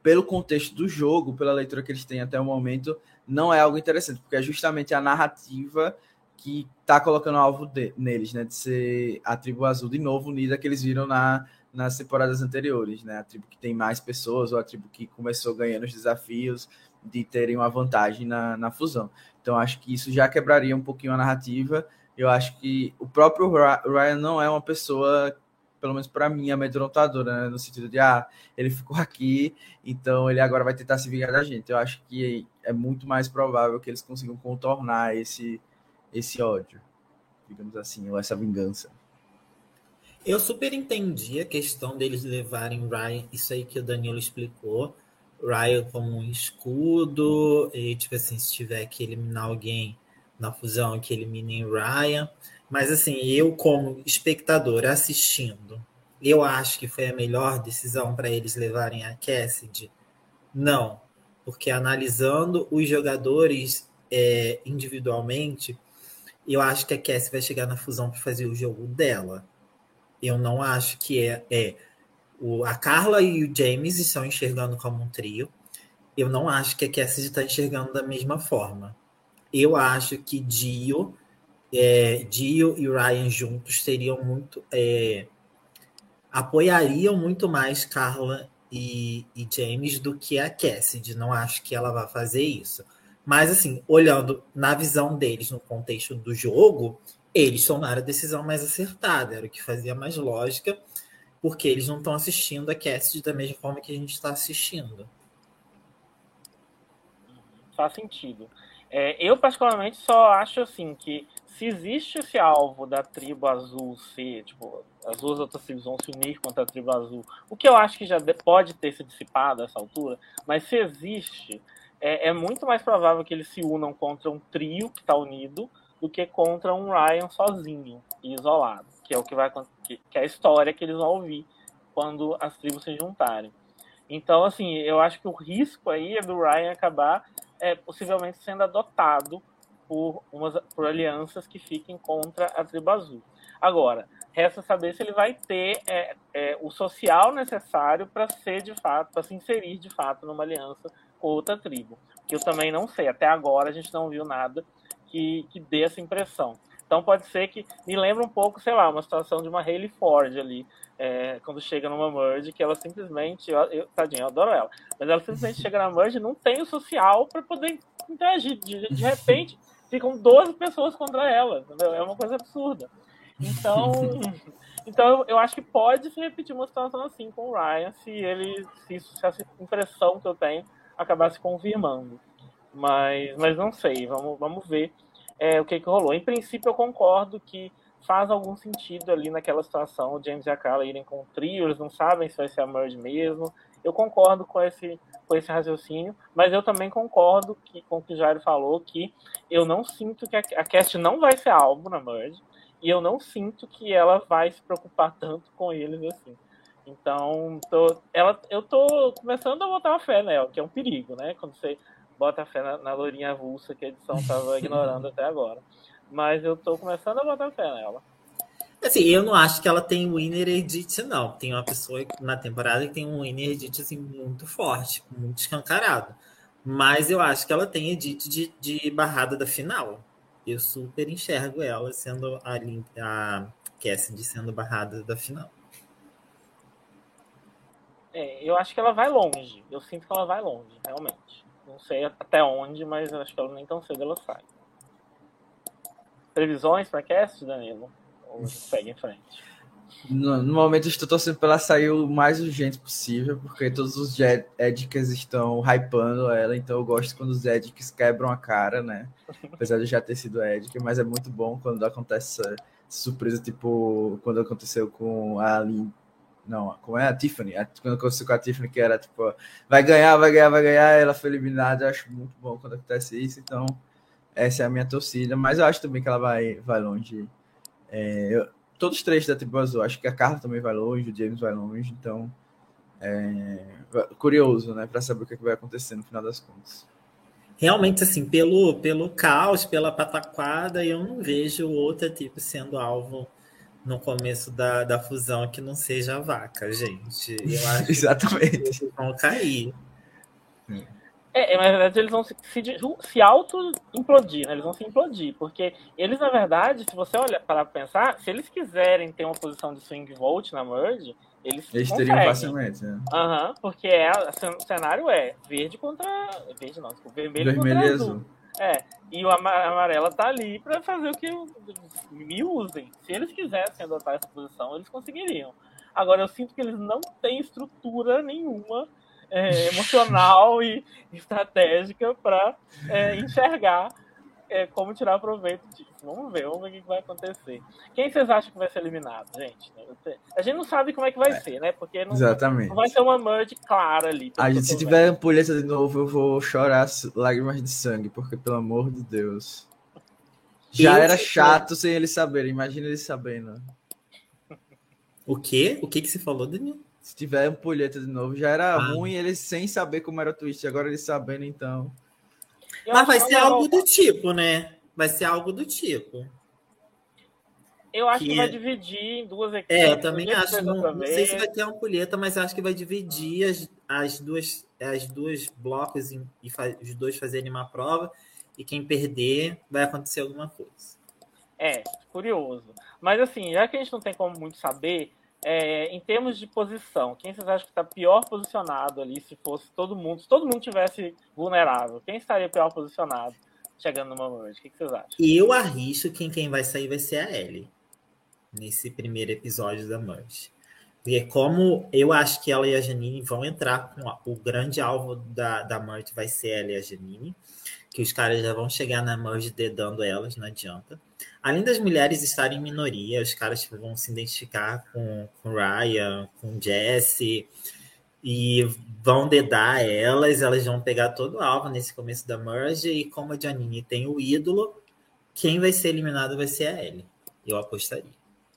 pelo contexto do jogo, pela leitura que eles têm até o momento, não é algo interessante, porque é justamente a narrativa que está colocando alvo de, neles, né? De ser a tribo azul de novo unida que eles viram na, nas temporadas anteriores, né? A tribo que tem mais pessoas, ou a tribo que começou ganhando os desafios de terem uma vantagem na, na fusão. Então, acho que isso já quebraria um pouquinho a narrativa. Eu acho que o próprio Ryan não é uma pessoa, pelo menos para mim, amedrontadora, né? No sentido de, ah, ele ficou aqui, então ele agora vai tentar se vingar da gente. Eu acho que é muito mais provável que eles consigam contornar esse, esse ódio, digamos assim, ou essa vingança. Eu super entendi a questão deles levarem o Ryan, isso aí que o Danilo explicou, Ryan como um escudo, e tipo assim, se tiver que eliminar alguém na fusão, que eliminem o Ryan. Mas assim, eu como espectador assistindo, eu acho que foi a melhor decisão para eles levarem a Cassidy? Não, porque analisando os jogadores é, individualmente, eu acho que a Cassidy vai chegar na fusão para fazer o jogo dela. Eu não acho que é, é o, a Carla e o James estão enxergando como um trio. Eu não acho que a Cassidy está enxergando da mesma forma. Eu acho que Dio, é, Dio e Ryan juntos teriam muito, é, apoiariam muito mais Carla e, e James do que a Cassidy. Não acho que ela vai fazer isso. Mas assim, olhando na visão deles, no contexto do jogo, eles tomaram a decisão mais acertada, era o que fazia mais lógica, porque eles não estão assistindo a Cassidy da mesma forma que a gente está assistindo. Faz sentido. É, eu, particularmente, só acho assim que se existe esse alvo da tribo azul ser, tipo, as duas outras tribos vão se unir contra a tribo azul, o que eu acho que já pode ter se dissipado a essa altura, mas se existe, é, é muito mais provável que eles se unam contra um trio que está unido do que contra um Ryan sozinho e isolado, que é o que vai que, que é a história que eles vão ouvir quando as tribos se juntarem. Então, assim, eu acho que o risco aí é do Ryan acabar é, possivelmente sendo adotado por, umas, por alianças que fiquem contra a tribo azul. Agora, resta saber se ele vai ter é, é, o social necessário para ser de fato, para se inserir de fato numa aliança com outra tribo. Que eu também não sei. Até agora a gente não viu nada que, que dê essa impressão. Então pode ser que me lembra um pouco, sei lá, uma situação de uma Hayley Ford ali, é, quando chega numa merge, que ela simplesmente, eu, eu, tadinha, eu adoro ela, mas ela simplesmente chega na merge e não tem o social para poder interagir. De, de repente, ficam doze pessoas contra ela, entendeu? É uma coisa absurda. Então, então eu acho que pode se repetir uma situação assim com o Ryan, se ele, se, se essa impressão que eu tenho acabar se confirmando. Mas, mas não sei, vamos, vamos ver é, o que, que rolou. Em princípio, eu concordo que faz algum sentido ali naquela situação, o James e a Carla irem com o trio, eles não sabem se vai ser a merge mesmo. Eu concordo com esse, com esse raciocínio, mas eu também concordo que, com o que o Jairo falou, que eu não sinto que a, a Cast não vai ser alvo na merge, e eu não sinto que ela vai se preocupar tanto com eles assim. Então, tô, ela, eu tô começando a botar a fé nela, que é um perigo, né? Quando você bota a fé na, na lourinha avulsa que a edição estava ignorando até agora. Mas eu tô começando a botar fé nela. Assim, eu não acho que ela tem um winner edit, não. Tem uma pessoa na temporada que tem um winner edit assim, muito forte, muito escancarado. Mas eu acho que ela tem edit de, de barrada da final. Eu super enxergo ela sendo a, a Cassidy sendo barrada da final. É, eu acho que ela vai longe. Eu sinto que ela vai longe, realmente. Não sei até onde, mas eu acho que ela nem tão cedo ela sai. Previsões para cast, Danilo? Ou segue em frente? No, no momento estou torcendo para ela sair o mais urgente possível, porque todos os Edicas estão hypando ela, então eu gosto quando os Edicas quebram a cara, né? Apesar de eu já ter sido Edica, mas é muito bom quando acontece essa surpresa, tipo quando aconteceu com a Lin... Não, como é a Tiffany? Quando aconteceu com a Tiffany, que era tipo, vai ganhar, vai ganhar, vai ganhar, ela foi eliminada. Eu acho muito bom quando acontece isso, então essa é a minha torcida, mas eu acho também que ela vai, vai longe. É, eu, todos os três da tribo azul, acho que a Carla também vai longe, o James vai longe, então é curioso, né, para saber o que, é que vai acontecer no final das contas. Realmente, assim, pelo, pelo caos, pela pataquada, eu não vejo outra tipo sendo alvo no começo da, da fusão que não seja a vaca, gente. Eu acho Exatamente. que eles vão cair. É, na verdade, eles vão se, se, se auto-implodir, né? Eles vão se implodir, porque eles, na verdade, se você olhar para pensar, se eles quiserem ter uma posição de swing vote na merge, eles, Eles conseguem. teriam facilmente, né? Uhum, porque é, o cenário é verde contra... Verde não, vermelho, Vermelho contra e azul. azul. É, e o amarela tá ali para fazer o que me usem. Se eles quisessem adotar essa posição, eles conseguiriam. Agora, eu sinto que eles não têm estrutura nenhuma É, emocional e estratégica para é, enxergar é, como tirar proveito disso. Vamos ver, vamos ver o que vai acontecer. Quem vocês acham que vai ser eliminado, gente? A gente não sabe como é que vai é, ser, né? Porque não, exatamente. não vai ser uma merge clara ali. A gente, se tiver ampulheta de novo, eu vou chorar lágrimas de sangue, porque, pelo amor de Deus. Já eu era chato sem eles saberem, imagina eles sabendo. O quê? O que que você falou, Danilo? Se tiver ampulheta de novo, já era ah. ruim eles sem saber como era o twist. Agora eles sabendo, então... Eu Mas vai ser algo voltar. do tipo, né? Vai ser algo do tipo. Eu acho que, que vai dividir em duas equipes. É, eu também acho. Não, não sei se vai ter ampulheta, mas acho que vai dividir as, as duas as duas blocos e, e faz, os dois fazerem uma prova. E quem perder, vai acontecer alguma coisa. É, curioso. Mas assim, já que a gente não tem como muito saber... É, em termos de posição, quem vocês acham que está pior posicionado ali se fosse todo mundo, se todo mundo tivesse vulnerável? Quem estaria pior posicionado chegando numa merge? O que, que vocês acham? Eu arrisco que quem vai sair vai ser a Ellie nesse primeiro episódio da merge. Porque como eu acho que ela e a Janine vão entrar com a, o grande alvo da, da merge vai ser ela e a Janine, que os caras já vão chegar na merge dedando elas, não adianta. Além das mulheres estarem em minoria, os caras tipo, vão se identificar com, com Ryan, com Jessie, e vão dedar elas, elas vão pegar todo o alvo nesse começo da merge, e como a Janine tem o ídolo, quem vai ser eliminado vai ser a Ellie. Eu apostaria.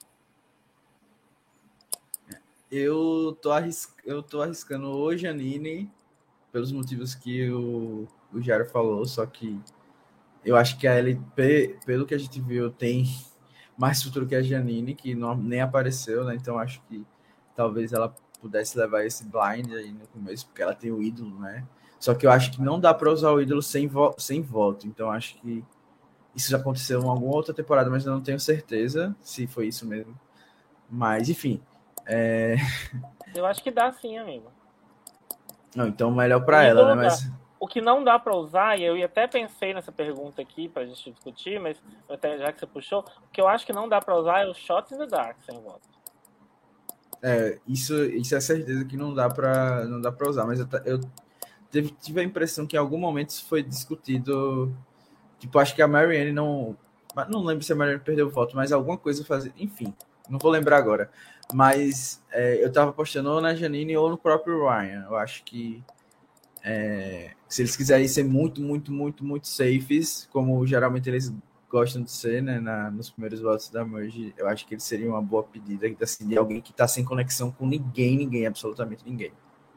Eu tô, arris... eu tô arriscando o Janine, pelos motivos que o, o Jairo falou, só que eu acho que a Ellie, pelo que a gente viu, tem mais futuro que a Janine, que não, nem apareceu, né? Então acho que talvez ela pudesse levar esse blind aí no começo, porque ela tem o ídolo, né? Só que eu acho que não dá para usar o ídolo sem, vo- sem voto. Então acho que isso já aconteceu em alguma outra temporada, mas eu não tenho certeza se foi isso mesmo. Mas, enfim. É... Eu acho que dá sim, amigo. Não, então melhor para ela, né? Mas... O que não dá para usar, e eu até pensei nessa pergunta aqui para a gente discutir, mas até já que você puxou, o que eu acho que não dá para usar é o Shot in the Dark sem voto. É, isso, isso é certeza que não dá para não dá para usar, mas eu, eu tive, tive a impressão que em algum momento isso foi discutido, tipo, acho que a Marianne não, não lembro se a Marianne perdeu o voto, mas alguma coisa fazer, enfim, não vou lembrar agora, mas é, eu tava apostando ou na Janine ou no próprio Ryan. Eu acho que é, se eles quiserem ser muito, muito, muito, muito safes, como geralmente eles gostam de ser, né, na, nos primeiros votos da merge, eu acho que eles seriam uma boa pedida assim, de alguém que está sem conexão com ninguém, ninguém, absolutamente ninguém.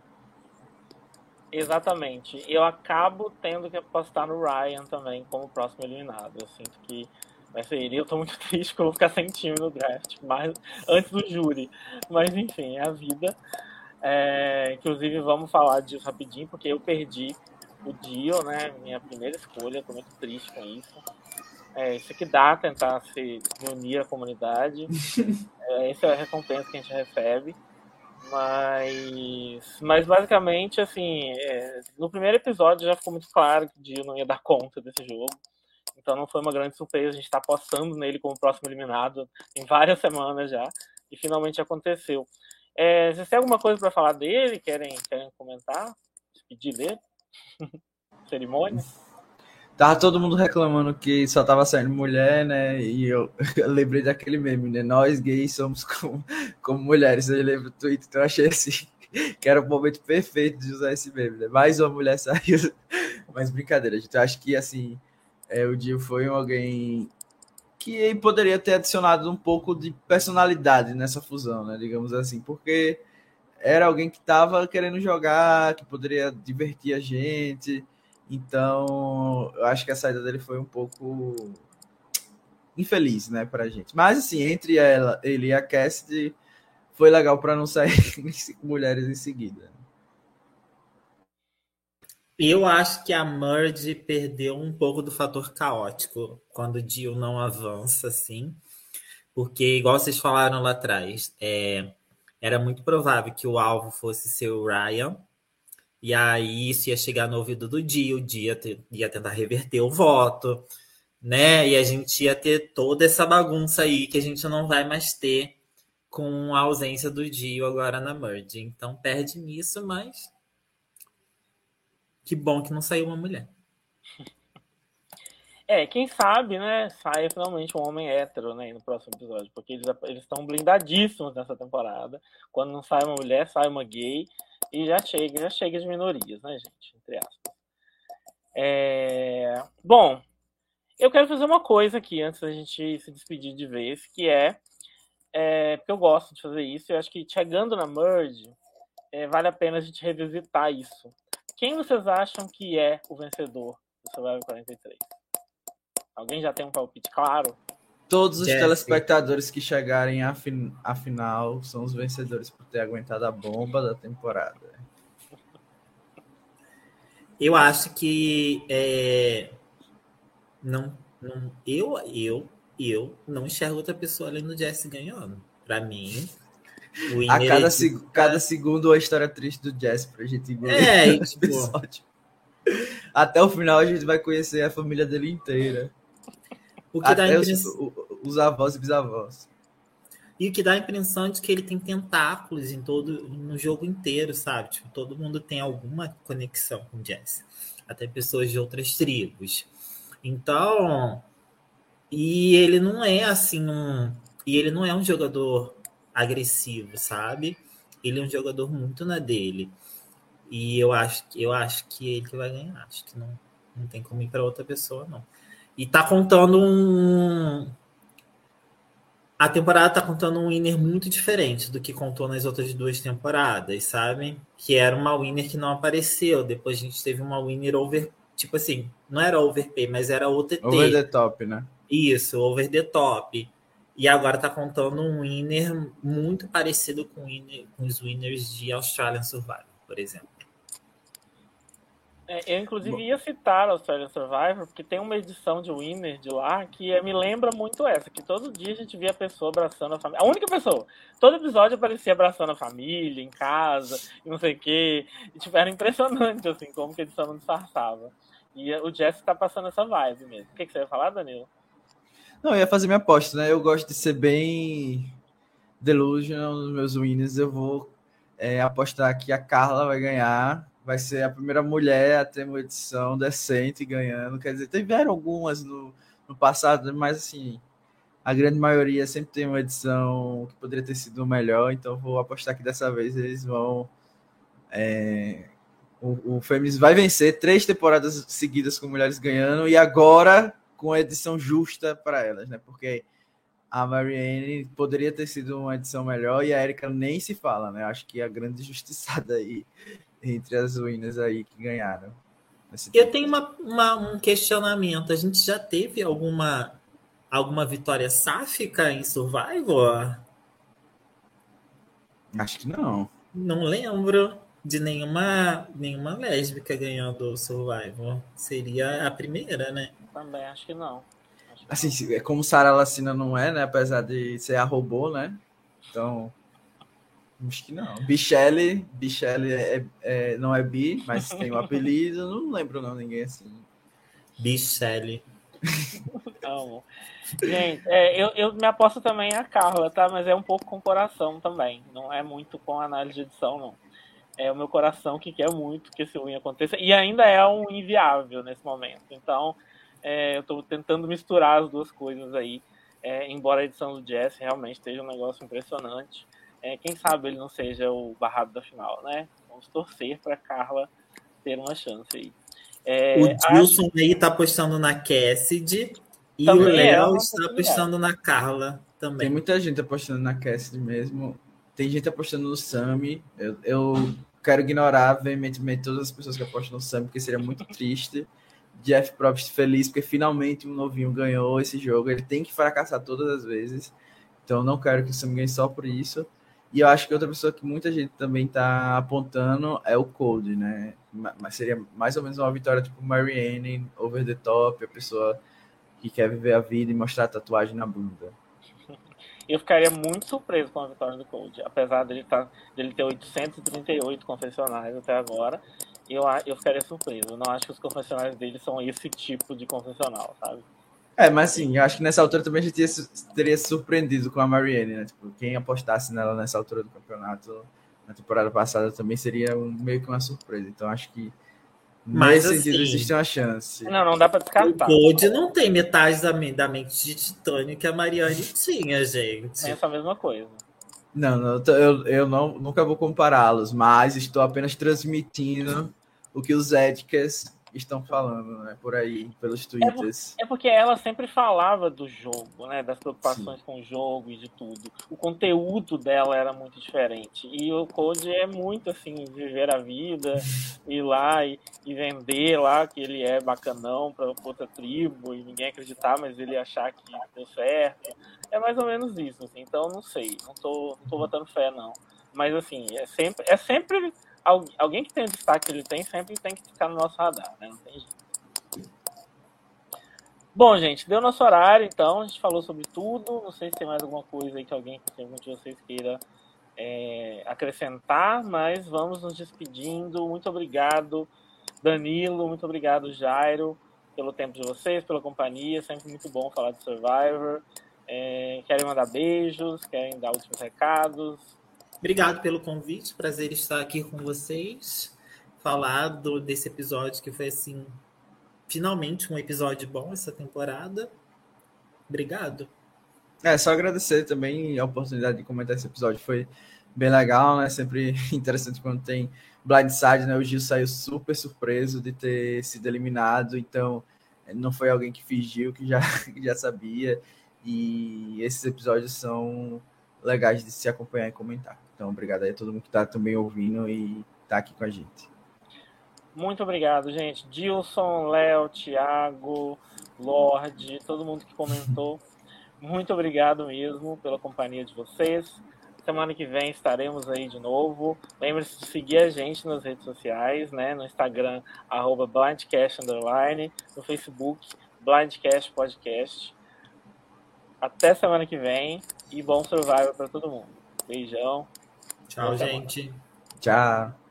Exatamente. Eu acabo tendo que apostar no Ryan também como próximo eliminado. Eu sinto que vai ser ele. Eu tô muito triste porque eu vou ficar sem time no draft, mas antes do júri. Mas enfim, é a vida. É, inclusive, vamos falar disso rapidinho, porque eu perdi o Dio, né? Minha primeira escolha, tô muito triste com isso. É, isso que dá tentar se unir à comunidade. É, essa é a recompensa que a gente recebe. Mas, mas basicamente, assim, é, no primeiro episódio já ficou muito claro que o Dio não ia dar conta desse jogo. Então não foi uma grande surpresa. A gente está apostando nele como próximo eliminado em várias semanas já. E finalmente aconteceu. É, vocês têm alguma coisa para falar dele? Querem, querem comentar? Pedir dele? Cerimônia? Tava todo mundo reclamando que só tava saindo mulher, né? E eu, eu lembrei daquele meme, né? Nós gays somos como, como mulheres. Eu lembro do Twitter, então eu achei assim que era o momento perfeito de usar esse meme, né? Mais uma mulher saiu. Mas brincadeira, gente. Eu acho que assim, é, o Dio foi alguém que poderia ter adicionado um pouco de personalidade nessa fusão, né? Digamos assim, porque era alguém que estava querendo jogar, que poderia divertir a gente. Então, eu acho que a saída dele foi um pouco infeliz, né, pra gente. Mas, assim, entre ela, ele e a Cassidy, foi legal para não sair cinco mulheres em seguida. Eu acho que a Merge perdeu um pouco do fator caótico quando o Dio não avança, assim. Porque, igual vocês falaram lá atrás, é, era muito provável que o alvo fosse ser o Ryan. E aí isso ia chegar no ouvido do Dio, o Dio ia, ter, ia tentar reverter o voto, né? E a gente ia ter toda essa bagunça aí que a gente não vai mais ter com a ausência do Dio agora na Merge. Então perde nisso, mas que bom que não saiu uma mulher. É, quem sabe, né, saia finalmente um homem hétero, né, no próximo episódio, porque eles eles estão blindadíssimos nessa temporada. Quando não sai uma mulher, sai uma gay e já chega, já chega de minorias, né, gente, entre aspas. É... Bom, eu quero fazer uma coisa aqui antes da gente se despedir de vez, que é, é porque eu gosto de fazer isso. Eu acho que chegando na Merge, é, vale a pena a gente revisitar isso. Quem vocês acham que é o vencedor do Survivor quarenta e três? Alguém já tem um palpite claro? Todos os Jessica. telespectadores que chegarem à, fin- à final são os vencedores por ter aguentado a bomba da temporada. Eu acho que é, não, não, eu, eu, eu não enxergo outra pessoa além do Jesse ganhando. Pra mim, o A winner cada, é seg- cada segundo a história triste do Jesse pra gente engolir É, e, no tipo, episódio. Até o final a gente vai conhecer a família dele inteira. o que dá a Até os, impressão, o- os avós e bisavós. e o que dá a impressão de que ele tem tentáculos em todo, no jogo inteiro, sabe? Tipo, todo mundo tem alguma conexão com o Jesse. Até pessoas de outras tribos. Então, e ele não é assim um, e ele não é um jogador agressivo, sabe? Ele é um jogador muito na dele. E eu acho que eu acho que ele que vai ganhar. Acho que não, não tem como ir para outra pessoa, não. E tá contando um. A temporada tá contando um winner muito diferente do que contou nas outras duas temporadas, sabe? Que era uma winner que não apareceu. Depois a gente teve uma winner over. Tipo assim, não era overpay, mas era O T T. Over the top, né? Isso, over the top. E agora tá contando um winner muito parecido com, winner, com os winners de Australian Survivor, por exemplo. É, eu, inclusive, ia citar a Australian Survivor, porque tem uma edição de Winner de lá que é, me lembra muito essa, que todo dia a gente via a pessoa abraçando a família. A única pessoa. Todo episódio aparecia abraçando a família, em casa, e não sei o quê. E, tipo, era impressionante, assim, como que a edição não disfarçava. E o Jesse tá passando essa vibe mesmo. O que, que você ia falar, Danilo? Não, eu ia fazer minha aposta, né? Eu gosto de ser bem delusional nos meus winners. Eu vou é, apostar que a Carla vai ganhar. Vai ser a primeira mulher a ter uma edição decente ganhando. Quer dizer, tiveram algumas no, no passado, mas assim, a grande maioria sempre tem uma edição que poderia ter sido melhor. Então vou apostar que dessa vez eles vão... É, o, o Fêmeas vai vencer três temporadas seguidas com mulheres ganhando e agora com a edição justa para elas, né? Porque a Marianne poderia ter sido uma edição melhor e a Erika nem se fala, né? Acho que é a grande justiçada aí entre as winners aí que ganharam. Eu tenho uma, uma, um questionamento. A gente já teve alguma, alguma vitória sáfica em Survivor? Acho que não. Não lembro de nenhuma, nenhuma lésbica ganhando o Survivor. Seria a primeira, né? Também acho que não. Acho que Assim, não. como Sarah Lacina não é, né? Apesar de ser a robô, né? Então... Acho que não. Bichelle, Bichelle é, é, não é bi, mas tem um apelido. Não lembro não, ninguém assim. Bichelle. Amo. Gente, é, eu, eu me aposto também a Carla, tá? Mas é um pouco com coração também. Não é muito com análise de edição, não. É o meu coração que quer muito que esse win aconteça. E ainda é um inviável nesse momento. Então, é, eu tô tentando misturar as duas coisas aí. É, embora a edição do Jesse realmente esteja um negócio impressionante. É, quem sabe ele não seja o barrado da final, né? Vamos torcer para Carla ter uma chance aí. É, o Dilson acho... aí tá apostando na Cassidy e também o Léo é está apostando na Carla também. Tem muita gente apostando na Cassidy mesmo. Tem gente apostando no Sami. Eu, eu quero ignorar veementemente todas as pessoas que apostam no Sami, porque seria muito triste. Jeff Probst feliz porque finalmente um novinho ganhou esse jogo. Ele tem que fracassar todas as vezes. Então não quero que o Sami ganhe só por isso. E eu acho que outra pessoa que muita gente também tá apontando é o Cold, né? Mas seria mais ou menos uma vitória tipo Marianne, over the top, a pessoa que quer viver a vida e mostrar a tatuagem na bunda. Eu ficaria muito surpreso com a vitória do Cold, apesar dele, tá, dele ter oitocentos e trinta e oito confessionais até agora. Eu, eu ficaria surpreso. Eu não acho que os confessionais dele são esse tipo de confessional, sabe? É, mas assim, eu acho que nessa altura também a gente teria, teria se surpreendido com a Marianne, né? Tipo, quem apostasse nela nessa altura do campeonato na temporada passada também seria um, meio que uma surpresa. Então acho que mas, nesse sentido assim, existe uma chance. Não, não dá pra descartar. O Cold não tem metade da, da mente de titânio que a Marianne tinha, gente. É essa mesma coisa. Não, não eu, eu não, nunca vou compará-los, mas estou apenas transmitindo o que os Edkers estão falando, né, por aí, pelos twitters. É, é porque ela sempre falava do jogo, né, das preocupações Sim. com o jogo e de tudo. O conteúdo dela era muito diferente. E o Cold é muito, assim, viver a vida, ir lá e, e vender lá que ele é bacanão para outra tribo e ninguém acreditar, mas ele achar que deu certo. É mais ou menos isso, assim. Então, não sei. Não tô, não tô botando fé, não. Mas, assim, é sempre... É sempre alguém que tem o destaque que ele tem sempre tem que ficar no nosso radar, né? Não tem jeito. Bom, gente, deu nosso horário, então. A gente falou sobre tudo. Não sei se tem mais alguma coisa aí que alguém, que algum de vocês queira é, acrescentar, mas vamos nos despedindo. Muito obrigado, Danilo. Muito obrigado, Jairo, pelo tempo de vocês, pela companhia. Sempre muito bom falar de Survivor. É, querem mandar beijos? Querem dar últimos recados? Obrigado pelo convite, prazer estar aqui com vocês, falar do, desse episódio que foi, assim, finalmente um episódio bom essa temporada. Obrigado. É, só agradecer também a oportunidade de comentar esse episódio, foi bem legal, né, sempre interessante quando tem blindside, né, o Gil saiu super surpreso de ter sido eliminado, então não foi alguém que fingiu, que já, que já sabia, e esses episódios são legais de se acompanhar e comentar. Então, obrigado aí a todo mundo que está também ouvindo e está aqui com a gente. Muito obrigado, gente. Dilson, Léo, Thiago, Lorde, todo mundo que comentou. Muito obrigado mesmo pela companhia de vocês. Semana que vem estaremos aí de novo. Lembre-se de seguir a gente nas redes sociais, né? No Instagram, arroba blindcast underline, no Facebook, Blindcast Podcast. Até semana que vem e bom Survivor para todo mundo. Beijão. Tchau, gente. Tchau.